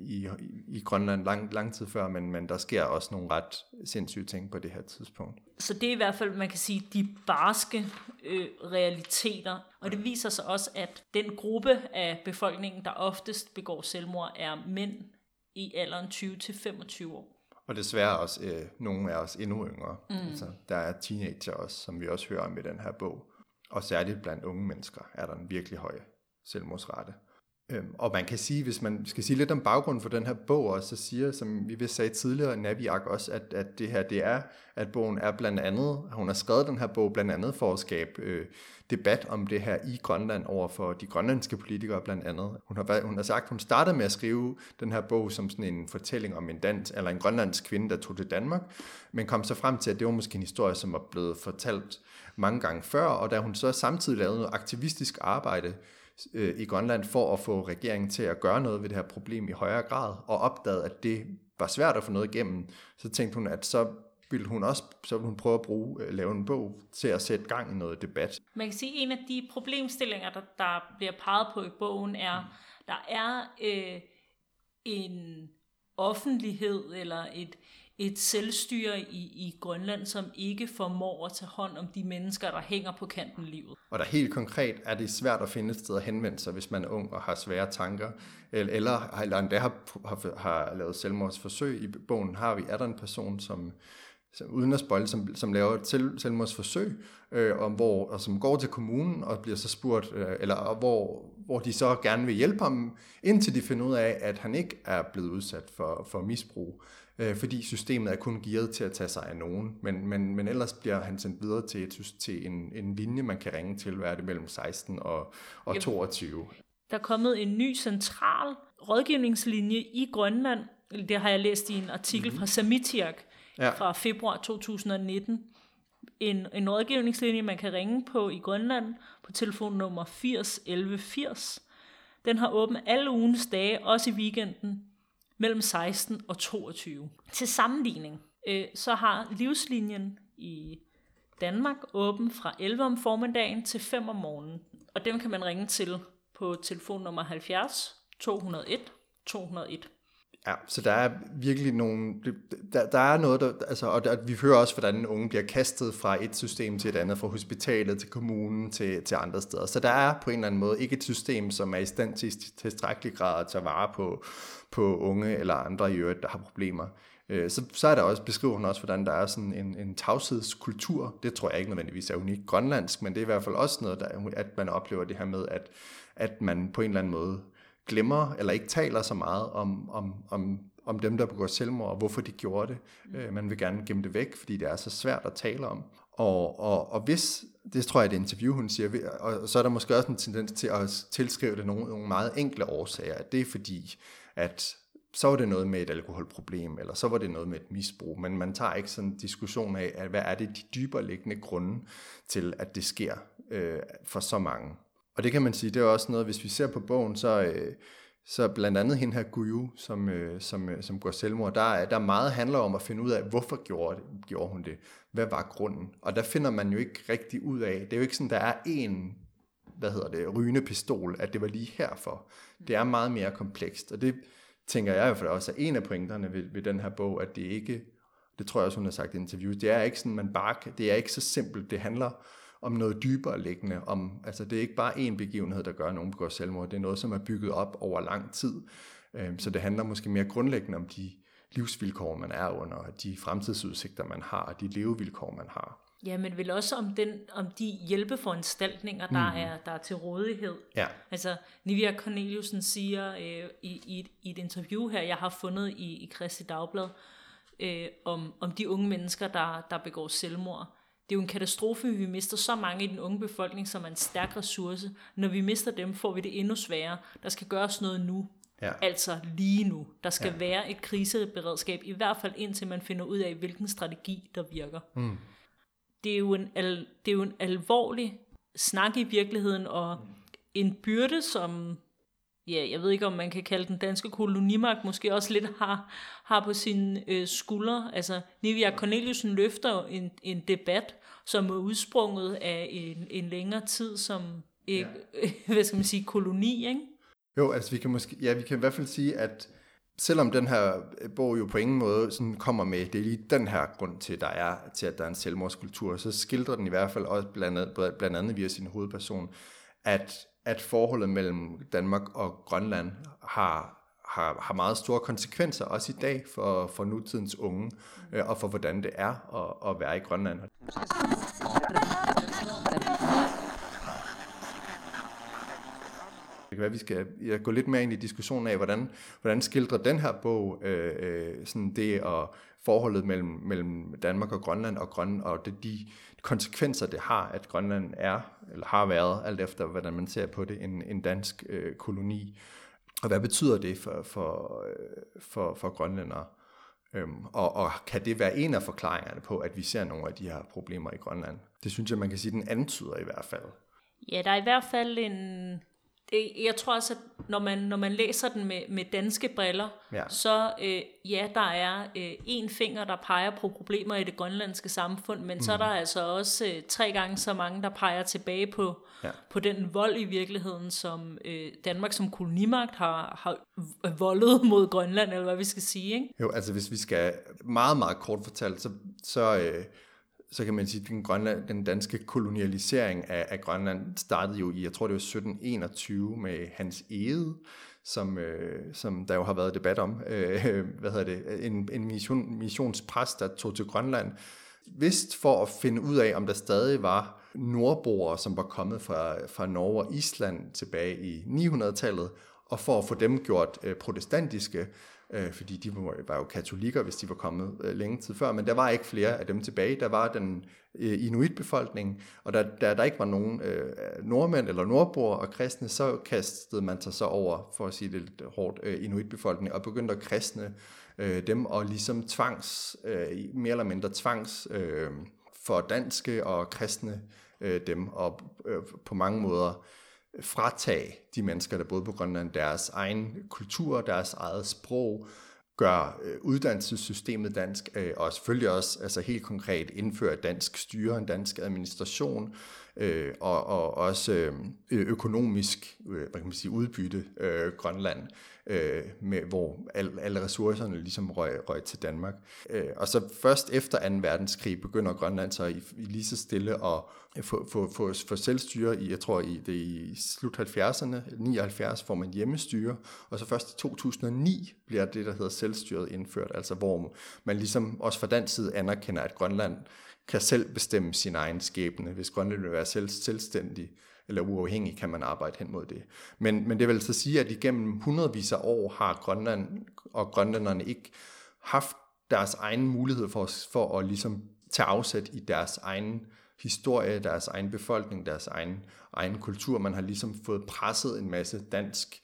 i Grønland lang tid før, men der sker også nogle ret sindssyge ting på det her tidspunkt. Så det er i hvert fald, man kan sige, de barske realiteter. Og det viser sig også, at den gruppe af befolkningen, der oftest begår selvmord, er mænd i alderen 20-25 år. Og desværre også nogle af os endnu yngre. Altså, der er teenager også, som vi også hører om i den her bog. Og særligt blandt unge mennesker er der en virkelig høj selvmordsrate. Og man kan sige, hvis man skal sige lidt om baggrunden for den her bog, og så siger, som vi sagde tidligere, Naviak også, at det her, det er, at bogen er blandt andet, hun har skrevet den her bog blandt andet for at skabe debat om det her i Grønland over for de grønlandske politikere blandt andet. Hun har sagt, hun startede med at skrive den her bog som sådan en fortælling om en grønlandsk kvinde, der tog til Danmark, men kom så frem til, at det var måske en historie, som var blevet fortalt mange gange før, og da hun så samtidig lavede noget aktivistisk arbejde i Grønland for at få regeringen til at gøre noget ved det her problem i højere grad, og opdagede, at det var svært at få noget igennem, så tænkte hun, at så ville hun prøve at lave en bog til at sætte gang i noget debat. Man kan sige, at en af de problemstillinger, der bliver peget på i bogen, er, der er en offentlighed eller et selvstyre i Grønland, som ikke formår at tage hånd om de mennesker, der hænger på kanten af livet. Og der helt konkret er det svært at finde et sted at henvende sig, hvis man er ung og har svære tanker, eller endda har lavet selvmordsforsøg. I bogen er der en person, som uden at spoile, som laver et selvmordsforsøg, og som går til kommunen og bliver så spurgt, hvor de så gerne vil hjælpe ham, indtil de finder ud af, at han ikke er blevet udsat for misbrug, fordi systemet er kun gearet til at tage sig af nogen, men ellers bliver han sendt videre til en linje, man kan ringe til, hvad er det, mellem 16 og 22. Der er kommet en ny central rådgivningslinje i Grønland. Det har jeg læst i en artikel fra Samitiak fra februar 2019. En rådgivningslinje, man kan ringe på i Grønland på telefonnummer 80 11 80. Den har åbent alle ugens dage, også i weekenden, mellem 16 og 22. Til sammenligning, så har Livslinjen i Danmark åben fra 11 om formiddagen til 5 om morgenen. Og dem kan man ringe til på telefonnummer 70 201 201. Ja, så der er virkelig der er noget, og vi hører også, hvordan unge bliver kastet fra et system til et andet, fra hospitalet til kommunen til andre steder. Så der er på en eller anden måde ikke et system, som er i stand til tilstrækkelig grad at tage vare på unge eller andre i øvrigt, der har problemer. Så er der også, beskriver hun også, hvordan der er sådan en tavshedskultur. Det tror jeg ikke nødvendigvis er unikt grønlandsk, men det er i hvert fald også noget, at man oplever det her med, at man på en eller anden måde glemmer, eller ikke taler så meget om dem, der begår selvmord, og hvorfor de gjorde det. Man vil gerne gemme det væk, fordi det er så svært at tale om. Og hvis, det tror jeg er et interview, hun siger, og så er der måske også en tendens til at tilskrive det nogle meget enkle årsager, at det er fordi, at så var det noget med et alkoholproblem, eller så var det noget med et misbrug, men man tager ikke sådan en diskussion af, at hvad er det de dybere liggende grunde til, at det sker for så mange. Og det kan man sige, det er også noget, hvis vi ser på bogen, så blandt andet hende her Guyu, som går selvmord, der meget handler om at finde ud af, hvorfor gjorde hun det? Hvad var grunden? Og der finder man jo ikke rigtig ud af, det er jo ikke sådan, der er en, rygende pistol, at det var lige herfor. Det er meget mere komplekst, og det tænker jeg i hvert fald også er en af pointerne ved den her bog, at det ikke, det tror jeg også, hun har sagt i interviews, det er ikke sådan, det er ikke så simpelt, det handler om noget dybere liggende, altså det er ikke bare én begivenhed, der gør, at nogen begår selvmord, det er noget, som er bygget op over lang tid, så det handler måske mere grundlæggende om de livsvilkår, man er under, de fremtidsudsigter, man har, og de levevilkår, man har. Ja, men vel også om de hjælpeforanstaltninger, der er til rådighed. Ja. Altså, Nivia Corneliusen siger i et interview her, jeg har fundet i Kristi Dagblad, om de unge mennesker, der begår selvmord. Det er jo en katastrofe, vi mister så mange i den unge befolkning, som er en stærk ressource. Når vi mister dem, får vi det endnu sværere. Der skal gøres noget nu. Ja. Altså lige nu. Der skal være et kriseberedskab, i hvert fald indtil man finder ud af, hvilken strategi, der virker. Det er jo en alvorlig snak i virkeligheden, og en byrde, som, jeg ved ikke, om man kan kalde den danske kolonimagt, måske også lidt har på sine skuldre. Altså, Nivia Corneliusen løfter en debat, som er udsprunget af en længere tid som, hvad skal man sige, koloni, ikke? Jo, altså vi kan i hvert fald sige, at selvom den her bog jo på ingen måde sådan kommer med, det er lige den her grund til, at der er en selvmordskultur, så skildrer den i hvert fald også blandt andet via sin hovedperson, at forholdet mellem Danmark og Grønland har meget store konsekvenser, også i dag for nutidens unge, og for hvordan det er at være i Grønland. Det kan være, vi skal gå lidt mere ind i diskussionen af, hvordan skildrer den her bog sådan det og forholdet mellem Danmark og Grønland og de konsekvenser, det har, at Grønland er, eller har været, alt efter hvordan man ser på det, en dansk koloni. Og hvad betyder det for grønlændere? Og kan det være en af forklaringerne på, at vi ser nogle af de her problemer i Grønland? Det synes jeg, man kan sige, den antyder i hvert fald. Ja, der er i hvert fald jeg tror også, at når man læser den med danske briller, så der er en finger, der peger på problemer i det grønlandske samfund, men så er der altså også 3 gange så mange, der peger tilbage på den vold i virkeligheden, som Danmark som kolonimagt har voldet mod Grønland, eller hvad vi skal sige, ikke? Jo, altså hvis vi skal meget, meget kort fortalt, så kan man sige, at den danske kolonialisering af Grønland startede jo i, jeg tror det var 1721 med Hans Egede, som der jo har været debat om, en missionspræst, der tog til Grønland, vist for at finde ud af, om der stadig var nordboere, som var kommet fra Norge og Island tilbage i 900-tallet, og for at få dem gjort protestantiske, fordi de var jo katolikker, hvis de var kommet længe tid før, men der var ikke flere af dem tilbage. Der var den inuitbefolkning, og da der ikke var nogen nordmænd eller nordboer og kristne, så kastede man sig så over, for at sige det lidt hårdt, inuitbefolkning, og begyndte at kristne dem, og ligesom mere eller mindre for danske og kristne dem, og på mange måder fratage de mennesker, der boede på Grønland, deres egen kultur, deres eget sprog, gør uddannelsessystemet dansk, og selvfølgelig også altså helt konkret indføre dansk styre, en dansk administration, og også økonomisk hvad kan man sige, udbytte Grønland, hvor alle ressourcerne ligesom røg til Danmark. Og så først efter 2. verdenskrig begynder Grønland så i lige så stille at få selvstyre jeg tror det i slut 70'erne, 79 får man hjemmestyre, og så først i 2009 bliver det, der hedder selvstyret indført, altså hvor man ligesom også fra dansk side anerkender, at Grønland kan selv bestemme sin egen skæbne. Hvis Grønland vil være selvstændig eller uafhængig, kan man arbejde hen mod det. Men det vil så sige, at igennem hundredvis af år har Grønland og grønlænderne ikke haft deres egen mulighed for at ligesom tage afsæt i deres egen historie, deres egen befolkning, deres egen kultur. Man har ligesom fået presset en masse dansk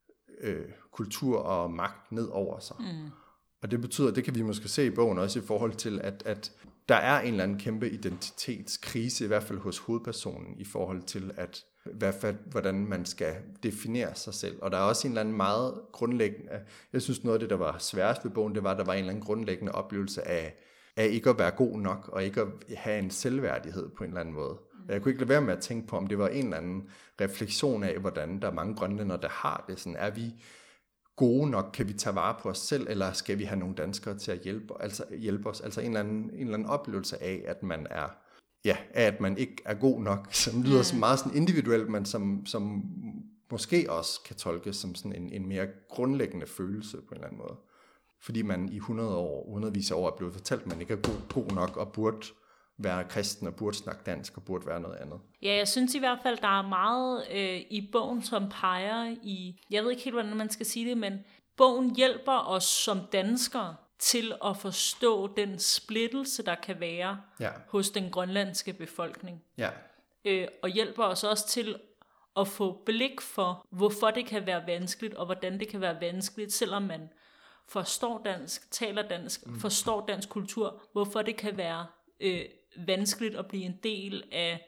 kultur og magt ned over sig. Og det betyder, det kan vi måske se i bogen også i forhold til, at der er en eller anden kæmpe identitetskrise, i hvert fald hos hovedpersonen, i forhold til, at i hvert fald, hvordan man skal definere sig selv. Og der er også en eller anden meget grundlæggende, jeg synes noget af det, der var sværest ved bogen, det var, at der var en eller anden grundlæggende oplevelse af ikke at være god nok, og ikke at have en selvværdighed på en eller anden måde. Jeg kunne ikke lade være med at tænke på, om det var en eller anden refleksion af, hvordan der er mange grønlændere, der har det. Sådan, er vi gode nok? Kan vi tage vare på os selv, eller skal vi have nogle danskere til at hjælpe os? Altså en eller anden oplevelse af, at man er, at man ikke er god nok, som lyder så meget sådan individuelt, men som måske også kan tolkes som sådan en mere grundlæggende følelse på en eller anden måde. Fordi man i hundredvis af år er blevet fortalt, at man ikke er god nok og burde være kristen og burde snakke dansk og burde være noget andet. Ja, jeg synes i hvert fald, der er meget i bogen, som peger i, jeg ved ikke helt, hvordan man skal sige det, men bogen hjælper os som danskere til at forstå den splittelse, der kan være hos den grønlandske befolkning. Ja. Og hjælper os også til at få blik for, hvorfor det kan være vanskeligt, og hvordan det kan være vanskeligt, selvom man forstår dansk, taler dansk, forstår dansk kultur, hvorfor det kan være vanskeligt at blive en del af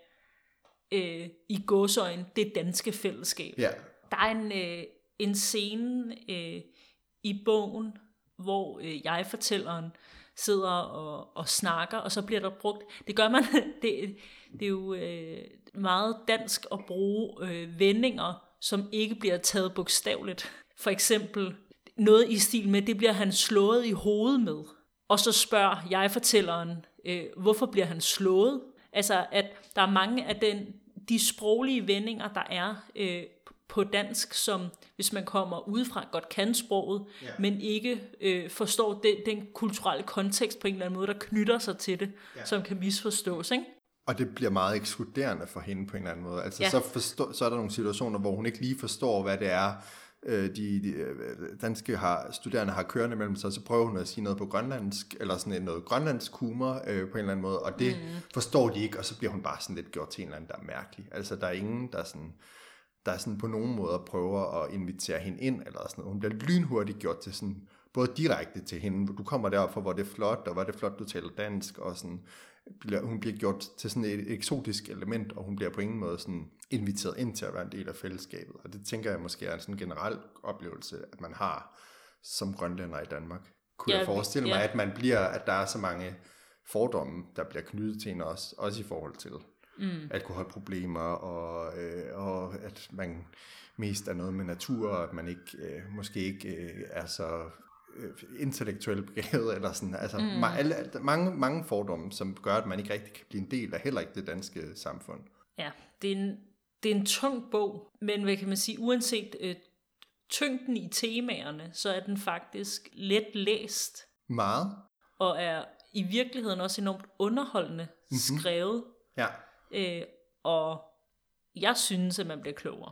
i gåseøjne det danske fællesskab. Yeah. Der er en scene i bogen, hvor jeg-fortælleren sidder og snakker, og så bliver der brugt, det gør man, det er jo meget dansk at bruge vendinger, som ikke bliver taget bogstaveligt. For eksempel noget i stil med, det bliver han slået i hovedet med. Og så spørger jeg-fortælleren, hvorfor bliver han slået? Altså, at der er mange af de sproglige vendinger, der er på dansk, som hvis man kommer udefra, godt kan sproget, men ikke forstår den kulturelle kontekst på en eller anden måde, der knytter sig til det, som kan misforstås, ikke? Og det bliver meget ekskluderende for hende på en eller anden måde. Altså, så er der nogle situationer, hvor hun ikke lige forstår, hvad det er, de danske studerende har kørende mellem sig, så prøver hun at sige noget på grønlandsk, eller sådan noget grønlandsk humor på en eller anden måde, og det forstår de ikke, og så bliver hun bare sådan lidt gjort til en eller anden, der er mærkelig. Altså, der er ingen, der sådan på nogen måde prøver at invitere hende ind, eller sådan noget. Hun bliver lynhurtigt gjort til sådan, både direkte til hende, du kommer derop for, hvor det er flot, og hvor det er flot, du taler dansk, og sådan, hun bliver gjort til sådan et eksotisk element, og hun bliver på ingen måde sådan inviteret ind til at være en del af fællesskabet. Og det tænker jeg måske er en sådan generel oplevelse, at man har som grønlænder i Danmark. Kunne jeg forestille mig, at der er så mange fordomme, der bliver knyttet til en også i forhold til alkoholproblemer, og at man mest er noget med natur, og at man ikke måske ikke er så intellektuelt begavet, eller sådan, altså mange fordomme, som gør, at man ikke rigtig kan blive en del af heller ikke det danske samfund. Ja, det er en tung bog, men hvad kan man sige, uanset tyngden i temaerne, så er den faktisk let læst. Meget. Og er i virkeligheden også enormt underholdende skrevet. Ja. Og jeg synes, at man bliver klogere.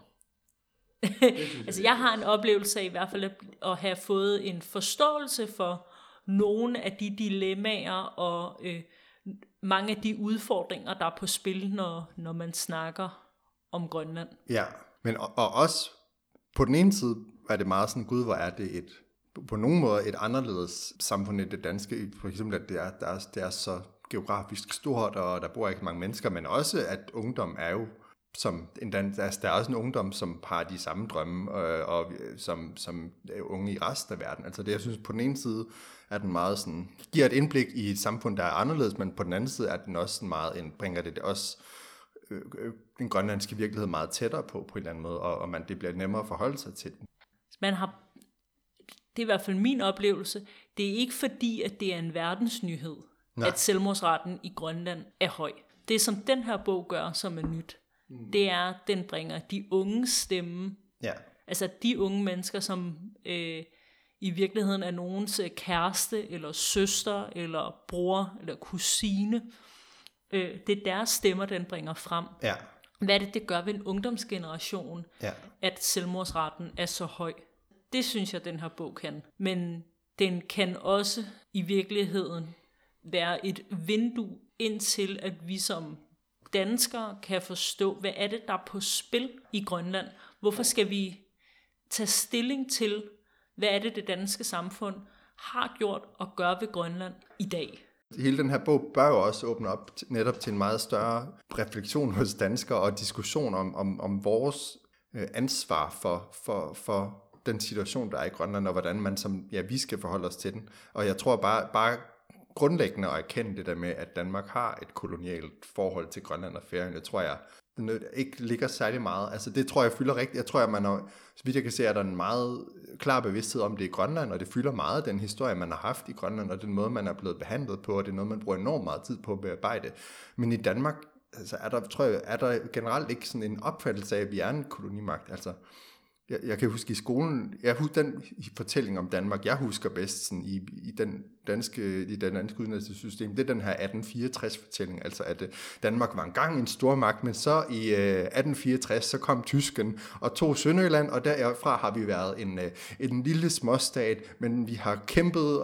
Altså jeg har en oplevelse af i hvert fald at have fået en forståelse for nogle af de dilemmaer og mange af de udfordringer, der er på spil, når man snakker om Grønland. Ja, men og også på den ene side er det meget sådan, gud, hvor er det på nogen måde et anderledes samfund end det danske. For eksempel, at det er så geografisk stort, og der bor ikke mange mennesker, men også at ungdom er jo der er også en ungdom, som har de samme drømme, og som unge i resten af verden. Altså det, jeg synes, på den ene side er den meget sådan, giver et indblik i et samfund, der er anderledes, men på den anden side er den også sådan meget, bringer det også den grønlandske virkelighed meget tættere på en eller anden måde, og det bliver nemmere at forholde sig til den. Det er i hvert fald min oplevelse, det er ikke fordi, at det er en verdensnyhed, at selvmordsraten i Grønland er høj. Det, som den her bog gør, som er nyt, det er, at den bringer de unge stemme, altså de unge mennesker, som i virkeligheden er nogens kæreste, eller søster, eller bror, eller kusine. Det er deres stemmer, den bringer frem. Ja. Hvad er det gør ved en ungdomsgeneration, at selvmordsraten er så høj? Det synes jeg, den her bog kan. Men den kan også i virkeligheden være et vindue ind til, at vi som danskere kan forstå, hvad er det, der er på spil i Grønland? Hvorfor skal vi tage stilling til, hvad er det danske samfund har gjort og gør ved Grønland i dag? Hele den her bog bør jo også åbne op netop til en meget større refleksion hos danskere og diskussion om vores ansvar for den situation, der er i Grønland, og hvordan man vi skal forholde os til den. Og jeg tror bare grundlæggende at erkende det der med, at Danmark har et kolonialt forhold til Grønland og Færøerne, det tror jeg ikke ligger særlig meget. Altså det tror jeg fylder rigtigt. Jeg tror, at så vidt jeg kan se, er der en meget klar bevidsthed om det i Grønland, og det fylder meget den historie, man har haft i Grønland, og den måde, man er blevet behandlet på, og det er noget, man bruger enormt meget tid på at bearbejde. Men i Danmark altså er der generelt ikke sådan en opfattelse af, at vi er en kolonimagt. Altså jeg kan huske i skolen, den fortælling om Danmark, jeg husker bedst sådan, i det danske uddannelsessystem, det er den her 1864-fortælling, altså at Danmark var engang en stormagt, men så i 1864, så kom tysken og tog Sønderjylland, og derfra har vi været en lille småstat, men vi har kæmpet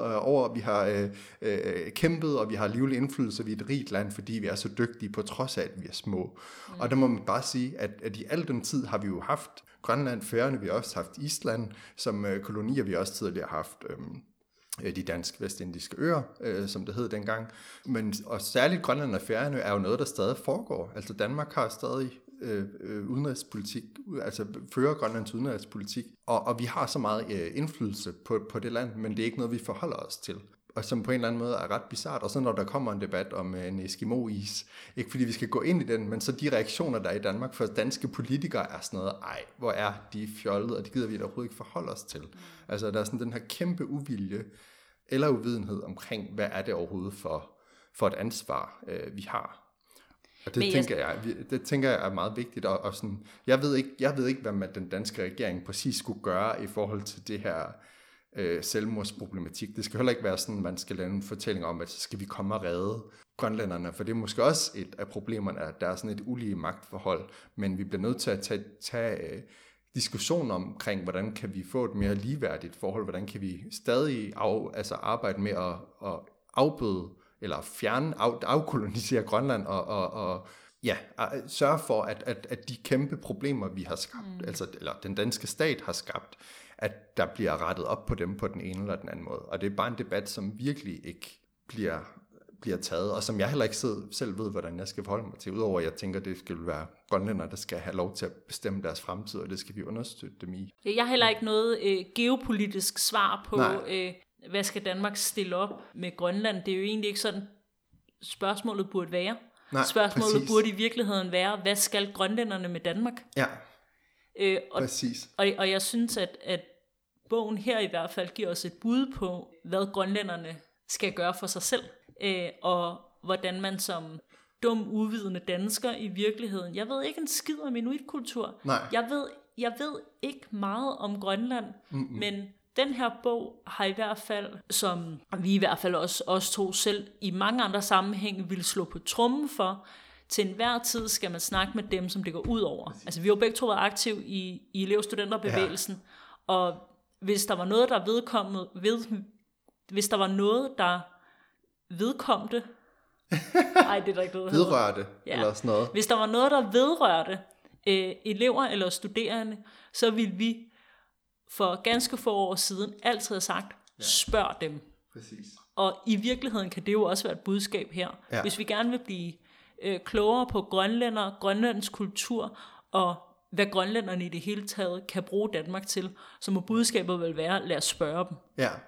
og vi har livlig indflydelse, vi er et rigt land, fordi vi er så dygtige, på trods af, at vi er små. Og der må man bare sige, at i al den tid har vi jo haft Grønland, Færøerne, vi har også haft Island som kolonier, vi har også tidligere haft de dansk-vestindiske øer, som det hed dengang. Og særligt Grønland og Færøerne er jo noget, der stadig foregår. Altså Danmark har stadig udenrigspolitik, altså fører Grønlands udenrigspolitik, og vi har så meget indflydelse på det land, men det er ikke noget, vi forholder os til. Og som på en eller anden måde er ret bizart. Og så når der kommer en debat om en Eskimo-is, ikke fordi vi skal gå ind i den, men så de reaktioner, der er i Danmark for danske politikere, er sådan noget, hvor er de fjollede, og det gider vi da overhovedet ikke forholde os til. Altså der er sådan den her kæmpe uvilje, eller uvidenhed omkring, hvad er det overhovedet for et ansvar, vi har. Og det tænker jeg er meget vigtigt. Og sådan, jeg ved ikke, hvad den danske regering præcis skulle gøre i forhold til det her selvmordsproblematik. Det skal heller ikke være sådan, at man skal lave en fortælling om, at så skal vi komme og redde grønlænderne, for det er måske også et af problemerne, at der er sådan et ulige magtforhold, men vi bliver nødt til at tage diskussion omkring, hvordan kan vi få et mere ligeværdigt forhold, hvordan kan vi stadig arbejde med at afbøde eller fjerne, afkolonisere Grønland og sørge for, at de kæmpe problemer, vi har skabt, eller den danske stat har skabt, at der bliver rettet op på dem på den ene eller den anden måde. Og det er bare en debat, som virkelig ikke bliver taget, og som jeg heller ikke selv ved, hvordan jeg skal forholde mig til. Udover at jeg tænker, det skal være grønlændere, der skal have lov til at bestemme deres fremtid, og det skal vi understøtte dem i. Jeg har heller ikke noget geopolitisk svar på, hvad skal Danmark stille op med Grønland. Det er jo egentlig ikke sådan, spørgsmålet burde være. Spørgsmålet præcis. Burde i virkeligheden være, hvad skal grønlænderne med Danmark? Ja. Præcis. Og jeg synes, at bogen her i hvert fald giver os et bud på, hvad grønlænderne skal gøre for sig selv, og hvordan man som dum, uvidende dansker i virkeligheden, jeg ved ikke en skid om inuitkultur. Jeg ved ikke meget om Grønland, men den her bog har i hvert fald, som vi i hvert fald også os to selv i mange andre sammenhænge vil slå på trommen for, til enhver tid skal man snakke med dem, som det går ud over. Altså vi har jo begge to været aktive i elevstudenterbevægelsen, og hvis der var noget, der vedkomte, ej, det er der ikke noget, vedrørte, eller sådan noget. Hvis der var noget, der vedrørte elever eller studerende, så ville vi for ganske få år siden altid have sagt, spørg dem. Præcis. Og i virkeligheden kan det jo også være et budskab her. Ja. Hvis vi gerne vil blive klogere på Grønlands kultur, og hvad grønlænderne i det hele taget kan bruge Danmark til, så må budskabet vel være, lad os spørge dem. Ja,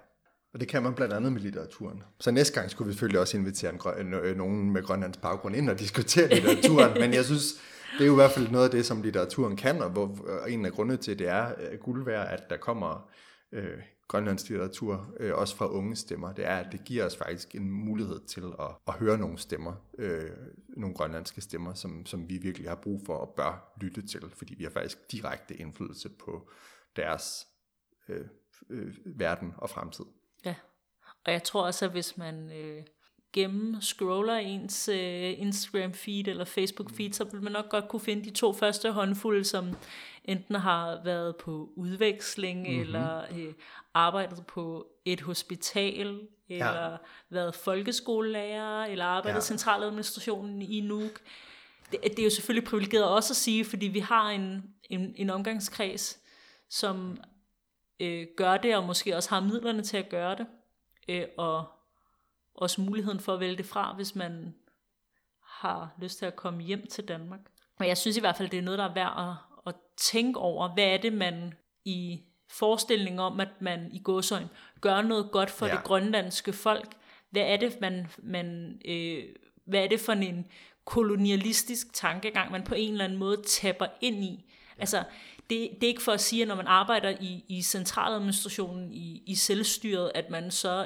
Og det kan man blandt andet med litteraturen. Så næste gang skulle vi selvfølgelig også invitere nogen med Grønlands baggrund ind og diskutere litteraturen, men jeg synes, det er jo i hvert fald noget af det, som litteraturen kan, og en af grundene til, det er guld værd, at der kommer grønlandsk litteratur, også fra unge stemmer. Det er, at det giver os faktisk en mulighed til at høre nogle stemmer, nogle grønlandske stemmer, som vi virkelig har brug for og bør lytte til, fordi vi har faktisk direkte indflydelse på deres verden og fremtid. Ja, og jeg tror også, at hvis man gennemscroller ens Instagram feed eller Facebook feed, så vil man nok godt kunne finde de 2 første håndfulde, som enten har været på udveksling, eller arbejdet på et hospital, eller været folkeskolelærer, eller arbejdet i centraladministrationen i Nuuk. Det er jo selvfølgelig privilegeret også at sige, fordi vi har en omgangskreds, som gør det, og måske også har midlerne til at gøre det, og også muligheden for at vælge det fra, hvis man har lyst til at komme hjem til Danmark. Og jeg synes i hvert fald, det er noget, der er værd at tænke over. Hvad er det, man i forestillingen om, at man i gåseøjne gør noget godt for det grønlandske folk? Hvad er det, hvad er det for en kolonialistisk tankegang, man på en eller anden måde tapper ind i? Altså, det er ikke for at sige, at når man arbejder i centraladministrationen, i selvstyret, at man så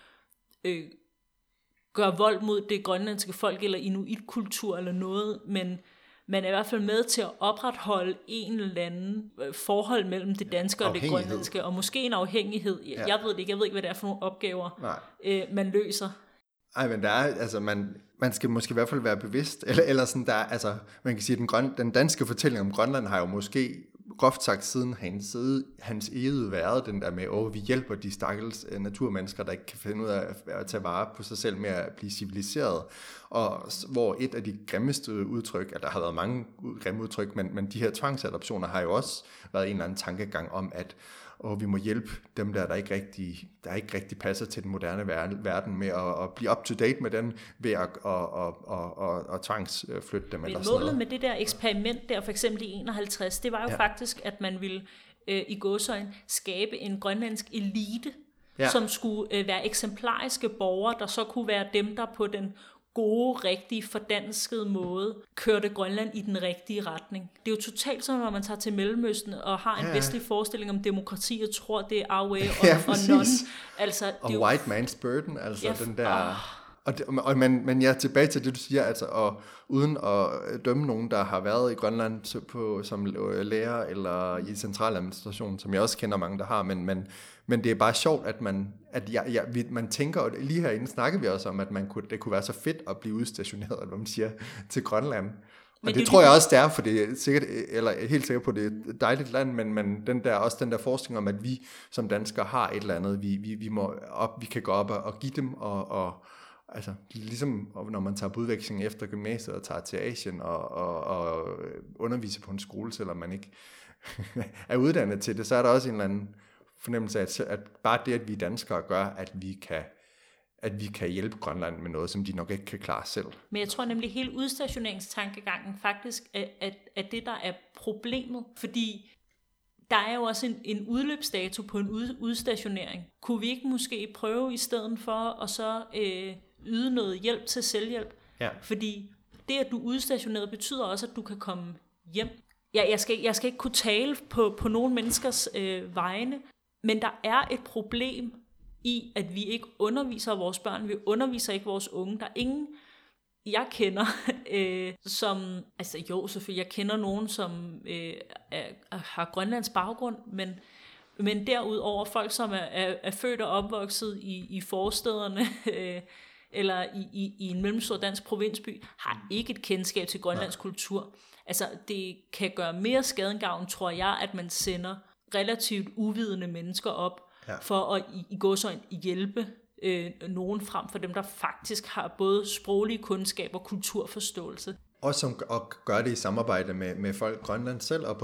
gør vold mod det grønlandske folk, eller inuitkultur eller noget, men man er i hvert fald med til at opretholde en eller anden forhold mellem det danske og det grønlandske, og måske en afhængighed. Jeg ved ikke, hvad det er for nogle opgaver, man løser. Nej, men der er, altså man skal måske i hvert fald være bevidst, eller sådan der, altså man kan sige, at den danske fortælling om Grønland har jo måske groft sagt siden hans eget været den der med, vi hjælper de stakkels naturmennesker, der ikke kan finde ud af at tage vare på sig selv med at blive civiliseret, og hvor et af de grimmeste udtryk, at der har været mange grimme udtryk, men de her tvangsadoptioner har jo også været en eller anden tankegang om, at vi må hjælpe dem der ikke rigtig passer til den moderne verden med at blive up to date med den ved at tvangsflytte dem. Men målet med det der eksperiment der, for eksempel i 51, det var jo faktisk, at man ville i gåseøjne skabe en grønlandsk elite, som skulle være eksemplariske borgere, der så kunne være dem, der på den gode, rigtige, fordanskede måde kørte Grønland i den rigtige retning. Det er jo totalt som, når man tager til Mellemøsten og har en vestlig forestilling om demokrati, og tror, det er our way or none. Altså, og white man's burden, altså den der... Men jeg er tilbage til det, du siger, altså, og uden at dømme nogen, der har været i Grønland som lærer eller i centraladministrationen, som jeg også kender mange, der har, men det er bare sjovt, at man tænker, og lige herinde snakker vi også om, at det kunne være så fedt at blive udstationeret, eller hvad man siger, til Grønland. Og det tror jeg også, det er, for det er sikkert, eller helt sikkert på, det er et dejligt land, men den der forestilling om, at vi som danskere har et eller andet, vi kan gå op og give dem, og altså ligesom når man tager på udveksling efter gymnasiet og tager til Asien og underviser på en skole, selvom man ikke er uddannet til det, så er der også en eller anden fornemmelse af, at bare det, at vi danskere gør, at vi kan hjælpe Grønland med noget, som de nok ikke kan klare selv. Men jeg tror nemlig, hele udstationeringstankegangen faktisk er det, der er problemet, fordi der er jo også en udløbsdato på en udstationering. Kunne vi ikke måske prøve i stedet for at så yde noget hjælp til selvhjælp? Ja. Fordi det, at du er udstationeret, betyder også, at du kan komme hjem. Jeg skal ikke kunne tale på nogle menneskers vegne, men der er et problem i, at vi ikke underviser vores børn, vi underviser ikke vores unge. Der er ingen, jeg kender, som, altså jo selvfølgelig, jeg kender nogen, som har Grønlands baggrund, men derudover folk, som er født og opvokset i forstederne, eller i en mellemstor dansk provinsby, har ikke et kendskab til Grønlands kultur. Altså, det kan gøre mere skade end gavn, tror jeg, at man sender relativt uvidende mennesker op, for at i gåseøjne hjælpe nogen frem for dem, der faktisk har både sproglige kundskaber og kulturforståelse. Også som at gøre det i samarbejde med folk Grønland selv, og på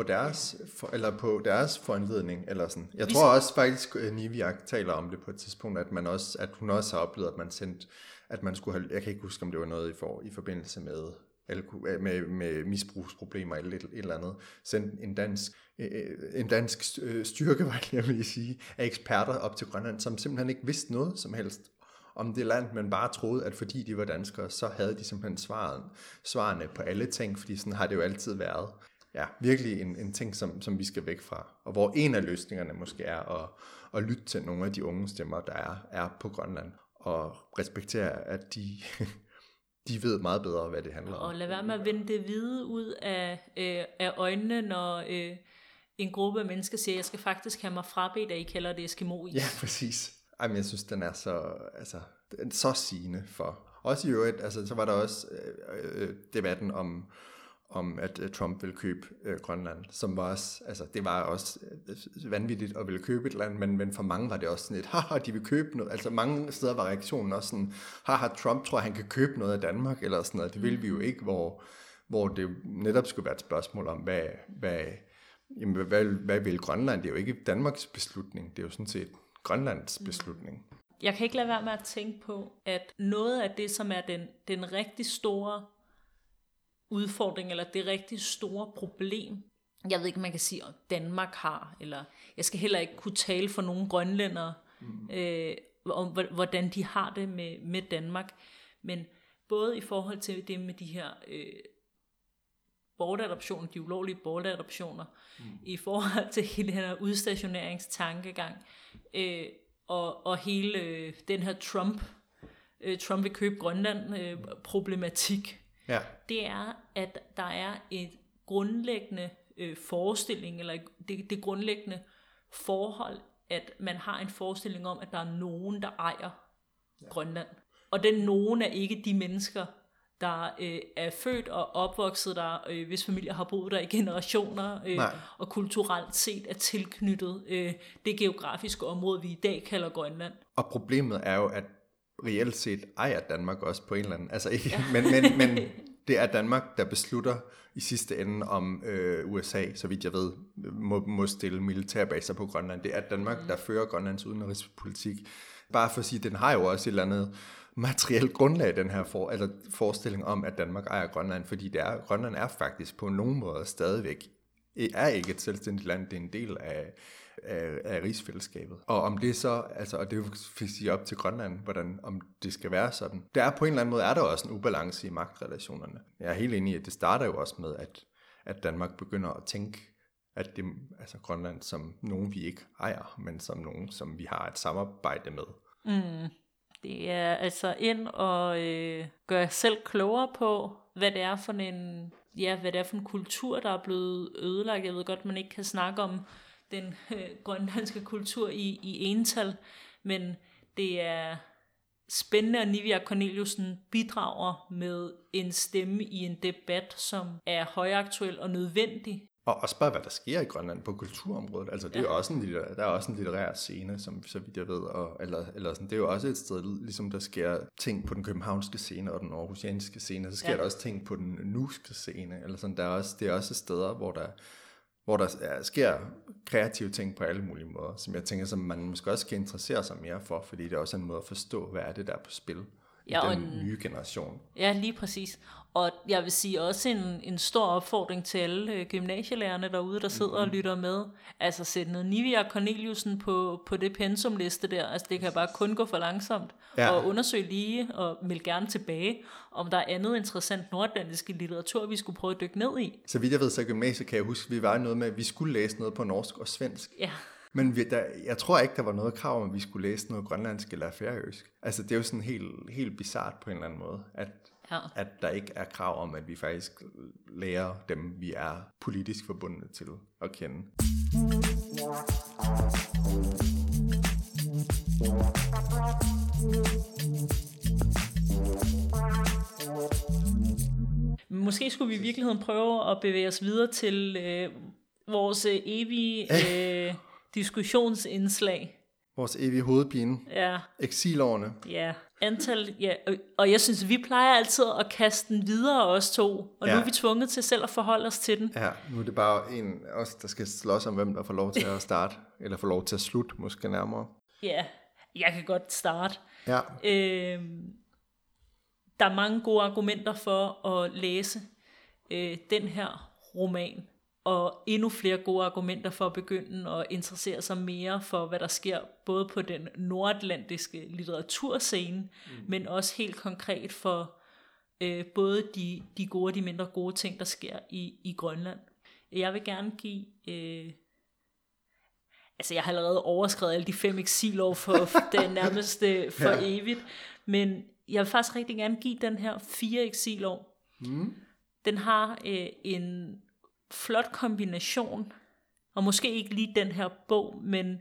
deres foranledning. Eller sådan. Jeg tror også faktisk, Niviaq taler om det på et tidspunkt, at hun også har oplevet, at man skulle have, jeg kan ikke huske, om det var noget i forbindelse med med misbrugsproblemer eller et eller andet, sendt en dansk styrke, var jeg vil sige, af eksperter op til Grønland, som simpelthen ikke vidste noget som helst om det land, men bare troede, at fordi de var danskere, så havde de simpelthen svarene på alle ting, fordi sådan har det jo altid været. Ja, virkelig en ting, som vi skal væk fra, og hvor en af løsningerne måske er at lytte til nogle af de unge stemmer, der er på Grønland, og respektere, at de ved meget bedre, hvad det handler om. Og lad være med at vende det hvide ud af øjnene, når en gruppe af mennesker siger, jeg skal faktisk have mig frabedt, at I kalder det Eskimo-is. Ja, præcis. Jamen, jeg synes, den er så sigende for. Også i øvrigt, altså, så var der også debatten om at Trump ville købe Grønland, som var også, altså det var også vanvittigt at ville købe et land, men for mange var det også sådan et, haha, de vil købe noget, altså mange steder var reaktionen også sådan, haha, Trump tror, han kan købe noget af Danmark, eller sådan noget, det vil vi jo ikke, hvor det netop skulle være et spørgsmål om, hvad vil Grønland, det er jo ikke Danmarks beslutning, det er jo sådan set Grønlands beslutning. Jeg kan ikke lade være med at tænke på, at noget af det, som er den rigtig store udfordring, eller det rigtig store problem, jeg ved ikke, man kan sige, at Danmark har, eller jeg skal heller ikke kunne tale for nogle grønlændere, om hvordan de har det med Danmark, men både i forhold til det med de her bortadoptioner, de ulovlige bortadoptioner, i forhold til hele den her udstationeringstankegang, og hele den her Trump vil købe Grønland problematik. Ja. Det er, at der er et grundlæggende forestilling, eller det grundlæggende forhold, at man har en forestilling om, at der er nogen, der ejer Grønland. Og den nogen er ikke de mennesker, der er født og opvokset der, hvis familier har boet der i generationer, og kulturelt set er tilknyttet det geografiske område, vi i dag kalder Grønland. Og problemet er jo, at reelt set ejer Danmark også på en eller anden, altså ikke, men det er Danmark, der beslutter i sidste ende om USA, så vidt jeg ved, må stille militærbaser på Grønland. Det er Danmark, der fører Grønlands udenrigspolitik. Bare for at sige, den har jo også et eller andet materielt grundlag, den her forestilling om, at Danmark ejer Grønland, fordi Grønland er faktisk på nogen måde stadigvæk, er ikke et selvstændigt land, det er en del af rigsfællesskabet. Og om det så, altså, og det er jo op til Grønland, om det skal være sådan. Der er på en eller anden måde, er der også en ubalance i magtrelationerne. Jeg er helt enig i, at det starter jo også med, at Danmark begynder at tænke, at det altså Grønland som nogen, vi ikke ejer, men som nogen, som vi har et samarbejde med. Det er altså ind og gøre selv klogere på, hvad det er for en kultur, der er blevet ødelagt. Jeg ved godt, man ikke kan snakke om den grønlandske kultur i ental, men det er spændende, at Niviaq Korneliussen bidrager med en stemme i en debat, som er højaktuel og nødvendig. Og også bare, hvad der sker i Grønland på kulturområdet. Altså, det er jo også der er også en litterær scene, som så vidt jeg ved, eller sådan, det er jo også et sted, ligesom der sker ting på den københavnske scene og den aarhusianske scene, så sker der også ting på den nuske scene, eller sådan, det er også steder, hvor der sker kreative ting på alle mulige måder, som jeg tænker, som man måske også skal interessere sig mere for, fordi det er også en måde at forstå, hvad er det, der er på spil i den nye generation. Ja, lige præcis. Og jeg vil sige også en stor opfordring til alle gymnasielærerne derude, der sidder og lytter med. Altså sæt noget Niviaq Korneliussen på det pensumliste der. Altså det kan bare kun gå for langsomt. Ja. Og undersøg lige og meld gerne tilbage, om der er andet interessant nordatlantiske litteratur, vi skulle prøve at dykke ned i. Så vidt jeg ved, så gymnasiet kan jeg huske, vi var noget med, at vi skulle læse noget på norsk og svensk. Ja. Men jeg tror ikke, der var noget krav om, at vi skulle læse noget grønlandsk eller færøsk. Altså det er jo sådan helt bizart på en eller anden måde, at der ikke er krav om, at vi faktisk lærer dem, vi er politisk forbundet til at kende. Måske skulle vi i virkeligheden prøve at bevæge os videre til vores evige diskussionsindslag. Vores evige hovedpine. Ja. Eksilårene. Ja. Og jeg synes, vi plejer altid at kaste den videre, os to. Og nu er vi tvunget til selv at forholde os til den. Ja, nu er det bare en af os, der skal slås om, hvem der får lov til at starte. Eller får lov til at slutte, måske nærmere. Ja, jeg kan godt starte. Ja. der er mange gode argumenter for at læse den her roman, og endnu flere gode argumenter for at begynde at interessere sig mere for, hvad der sker både på den nordatlantiske litteraturscene, men også helt konkret for både de gode og de mindre gode ting, der sker i Grønland. Jeg vil gerne give... jeg har allerede overskrevet alle de 5 eksilår for det nærmeste for evigt, men jeg vil faktisk rigtig gerne give den her 4 eksilår. Den har en flot kombination, og måske ikke lige den her bog, men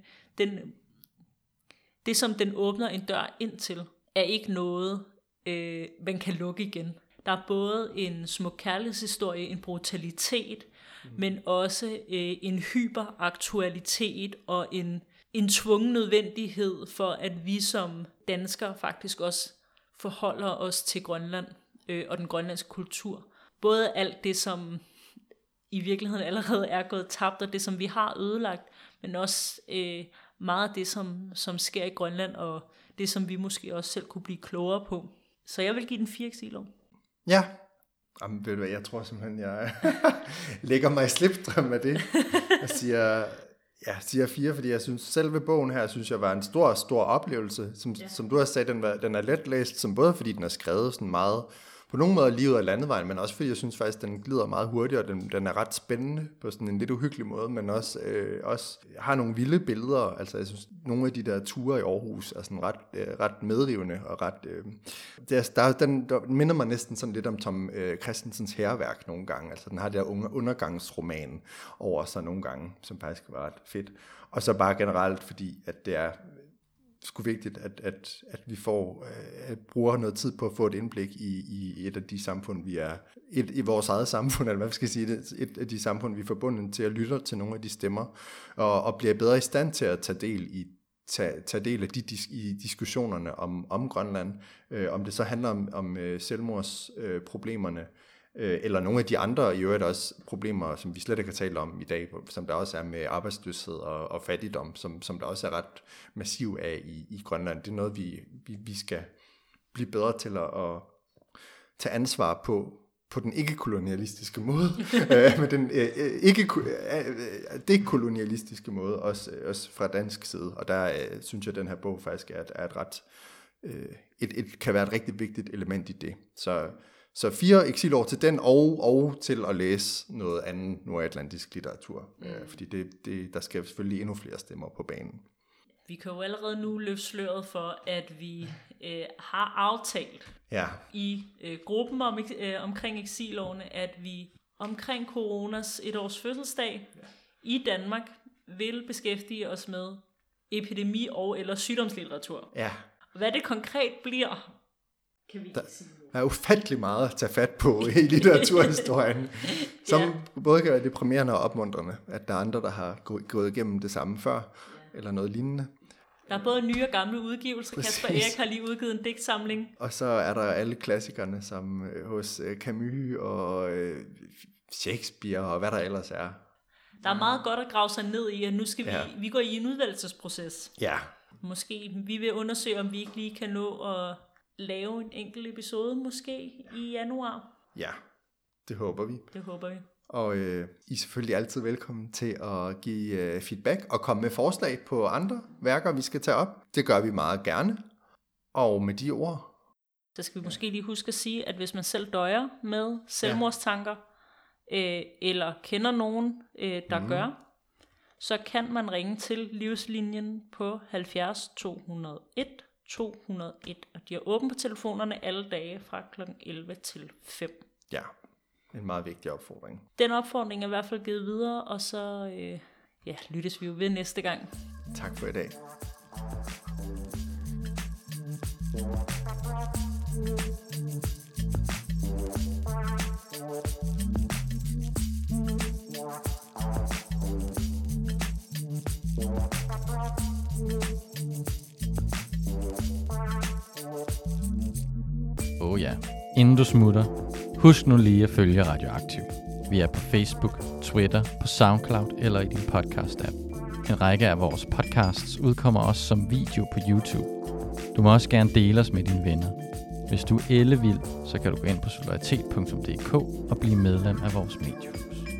det som den åbner en dør ind til, er ikke noget, man kan lukke igen. Der er både en smuk kærlighedshistorie, en brutalitet, men også en hyperaktualitet og en tvungen nødvendighed for, at vi som danskere faktisk også forholder os til Grønland og den grønlandske kultur. Både alt det, som i virkeligheden allerede er gået tabt, og det, som vi har ødelagt, men også meget af det, som sker i Grønland, og det, som vi måske også selv kunne blive klogere på. Så jeg vil give den 4 eksilår. Ja. Jamen, ved du hvad, jeg tror simpelthen, jeg lægger mig i slipstrøm af det. Jeg siger 4, fordi jeg synes, selve bogen her, synes jeg var en stor oplevelse. Som du har sagt, den er let læst, som både fordi den er skrevet sådan meget, på nogle måder lige ud af landevejen, men også fordi jeg synes faktisk, den glider meget hurtigt, og den er ret spændende på sådan en lidt uhyggelig måde, men også har nogle vilde billeder. Altså jeg synes, nogle af de der ture i Aarhus er sådan ret medrivende, og ret... Den minder mig næsten sådan lidt om Tom Christensens Hærværk nogle gange. Altså den har der undergangsroman over sig nogle gange, som faktisk var ret fedt. Og så bare generelt, fordi at det er sgu vigtigt, at vi bruger noget tid på at få et indblik i et af de samfund, vi er i vores eget samfund, eller hvad skal jeg sige det, et af de samfund, vi er forbundet til at lytte til nogle af de stemmer, og bliver bedre i stand til at tage del i diskussionerne om Grønland, om det så handler om selvmordsproblemerne, eller nogle af de andre i øvrigt også problemer, som vi slet ikke har talt om i dag, som der også er med arbejdsløshed og fattigdom, som der også er ret massiv af i Grønland. Det er noget, vi skal blive bedre til at tage ansvar på den ikke-kolonialistiske måde, med den dekolonialistiske måde, også fra dansk side. Og der synes jeg, at den her bog faktisk er et ret, kan være et rigtig vigtigt element i det. Så 4 eksilår til den, og til at læse noget andet nordatlantisk litteratur. Fordi der skal selvfølgelig endnu flere stemmer på banen. Vi kan jo allerede nu løfte sløret for, at vi har aftalt i gruppen omkring eksilårene, at vi omkring coronas 1-års fødselsdag i Danmark vil beskæftige os med epidemi- og eller sygdomslitteratur. Ja. Hvad det konkret bliver, kan vi ikke sige. Der er ufattelig meget at tage fat på i litteraturhistorien, som både kan være deprimerende og opmuntrende, at der er andre, der har gået igennem det samme før, eller noget lignende. Der er både nye og gamle udgivelser. Præcis. Kasper Erik har lige udgivet en digtsamling. Og så er der alle klassikerne, som hos Camus og Shakespeare og hvad der ellers er. Der er meget godt at grave sig ned i, at nu skal vi går i en udvalgelsesproces. Ja. Måske vi vil undersøge, om vi ikke lige kan nå at lave en enkelt episode måske i januar. Ja, det håber vi. Det håber vi. Og I er selvfølgelig altid velkommen til at give feedback og komme med forslag på andre værker, vi skal tage op. Det gør vi meget gerne. Og med de ord... Så skal vi måske lige huske at sige, at hvis man selv døjer med selvmordstanker, eller kender nogen, der gør, så kan man ringe til Livslinjen på 70 201 201, og de er åbne på telefonerne alle dage fra kl. 11 til 5. Ja, en meget vigtig opfordring. Den opfordring er i hvert fald givet videre, og så lyttes vi jo ved næste gang. Tak for i dag. Ja. Inden du smutter, husk nu lige at følge Radioaktiv. Vi er på Facebook, Twitter, på SoundCloud eller i din podcast-app. En række af vores podcasts udkommer også som video på YouTube. Du må også gerne dele os med dine venner. Hvis du er ellevild, så kan du gå ind på solidaritet.dk og blive medlem af vores mediehus.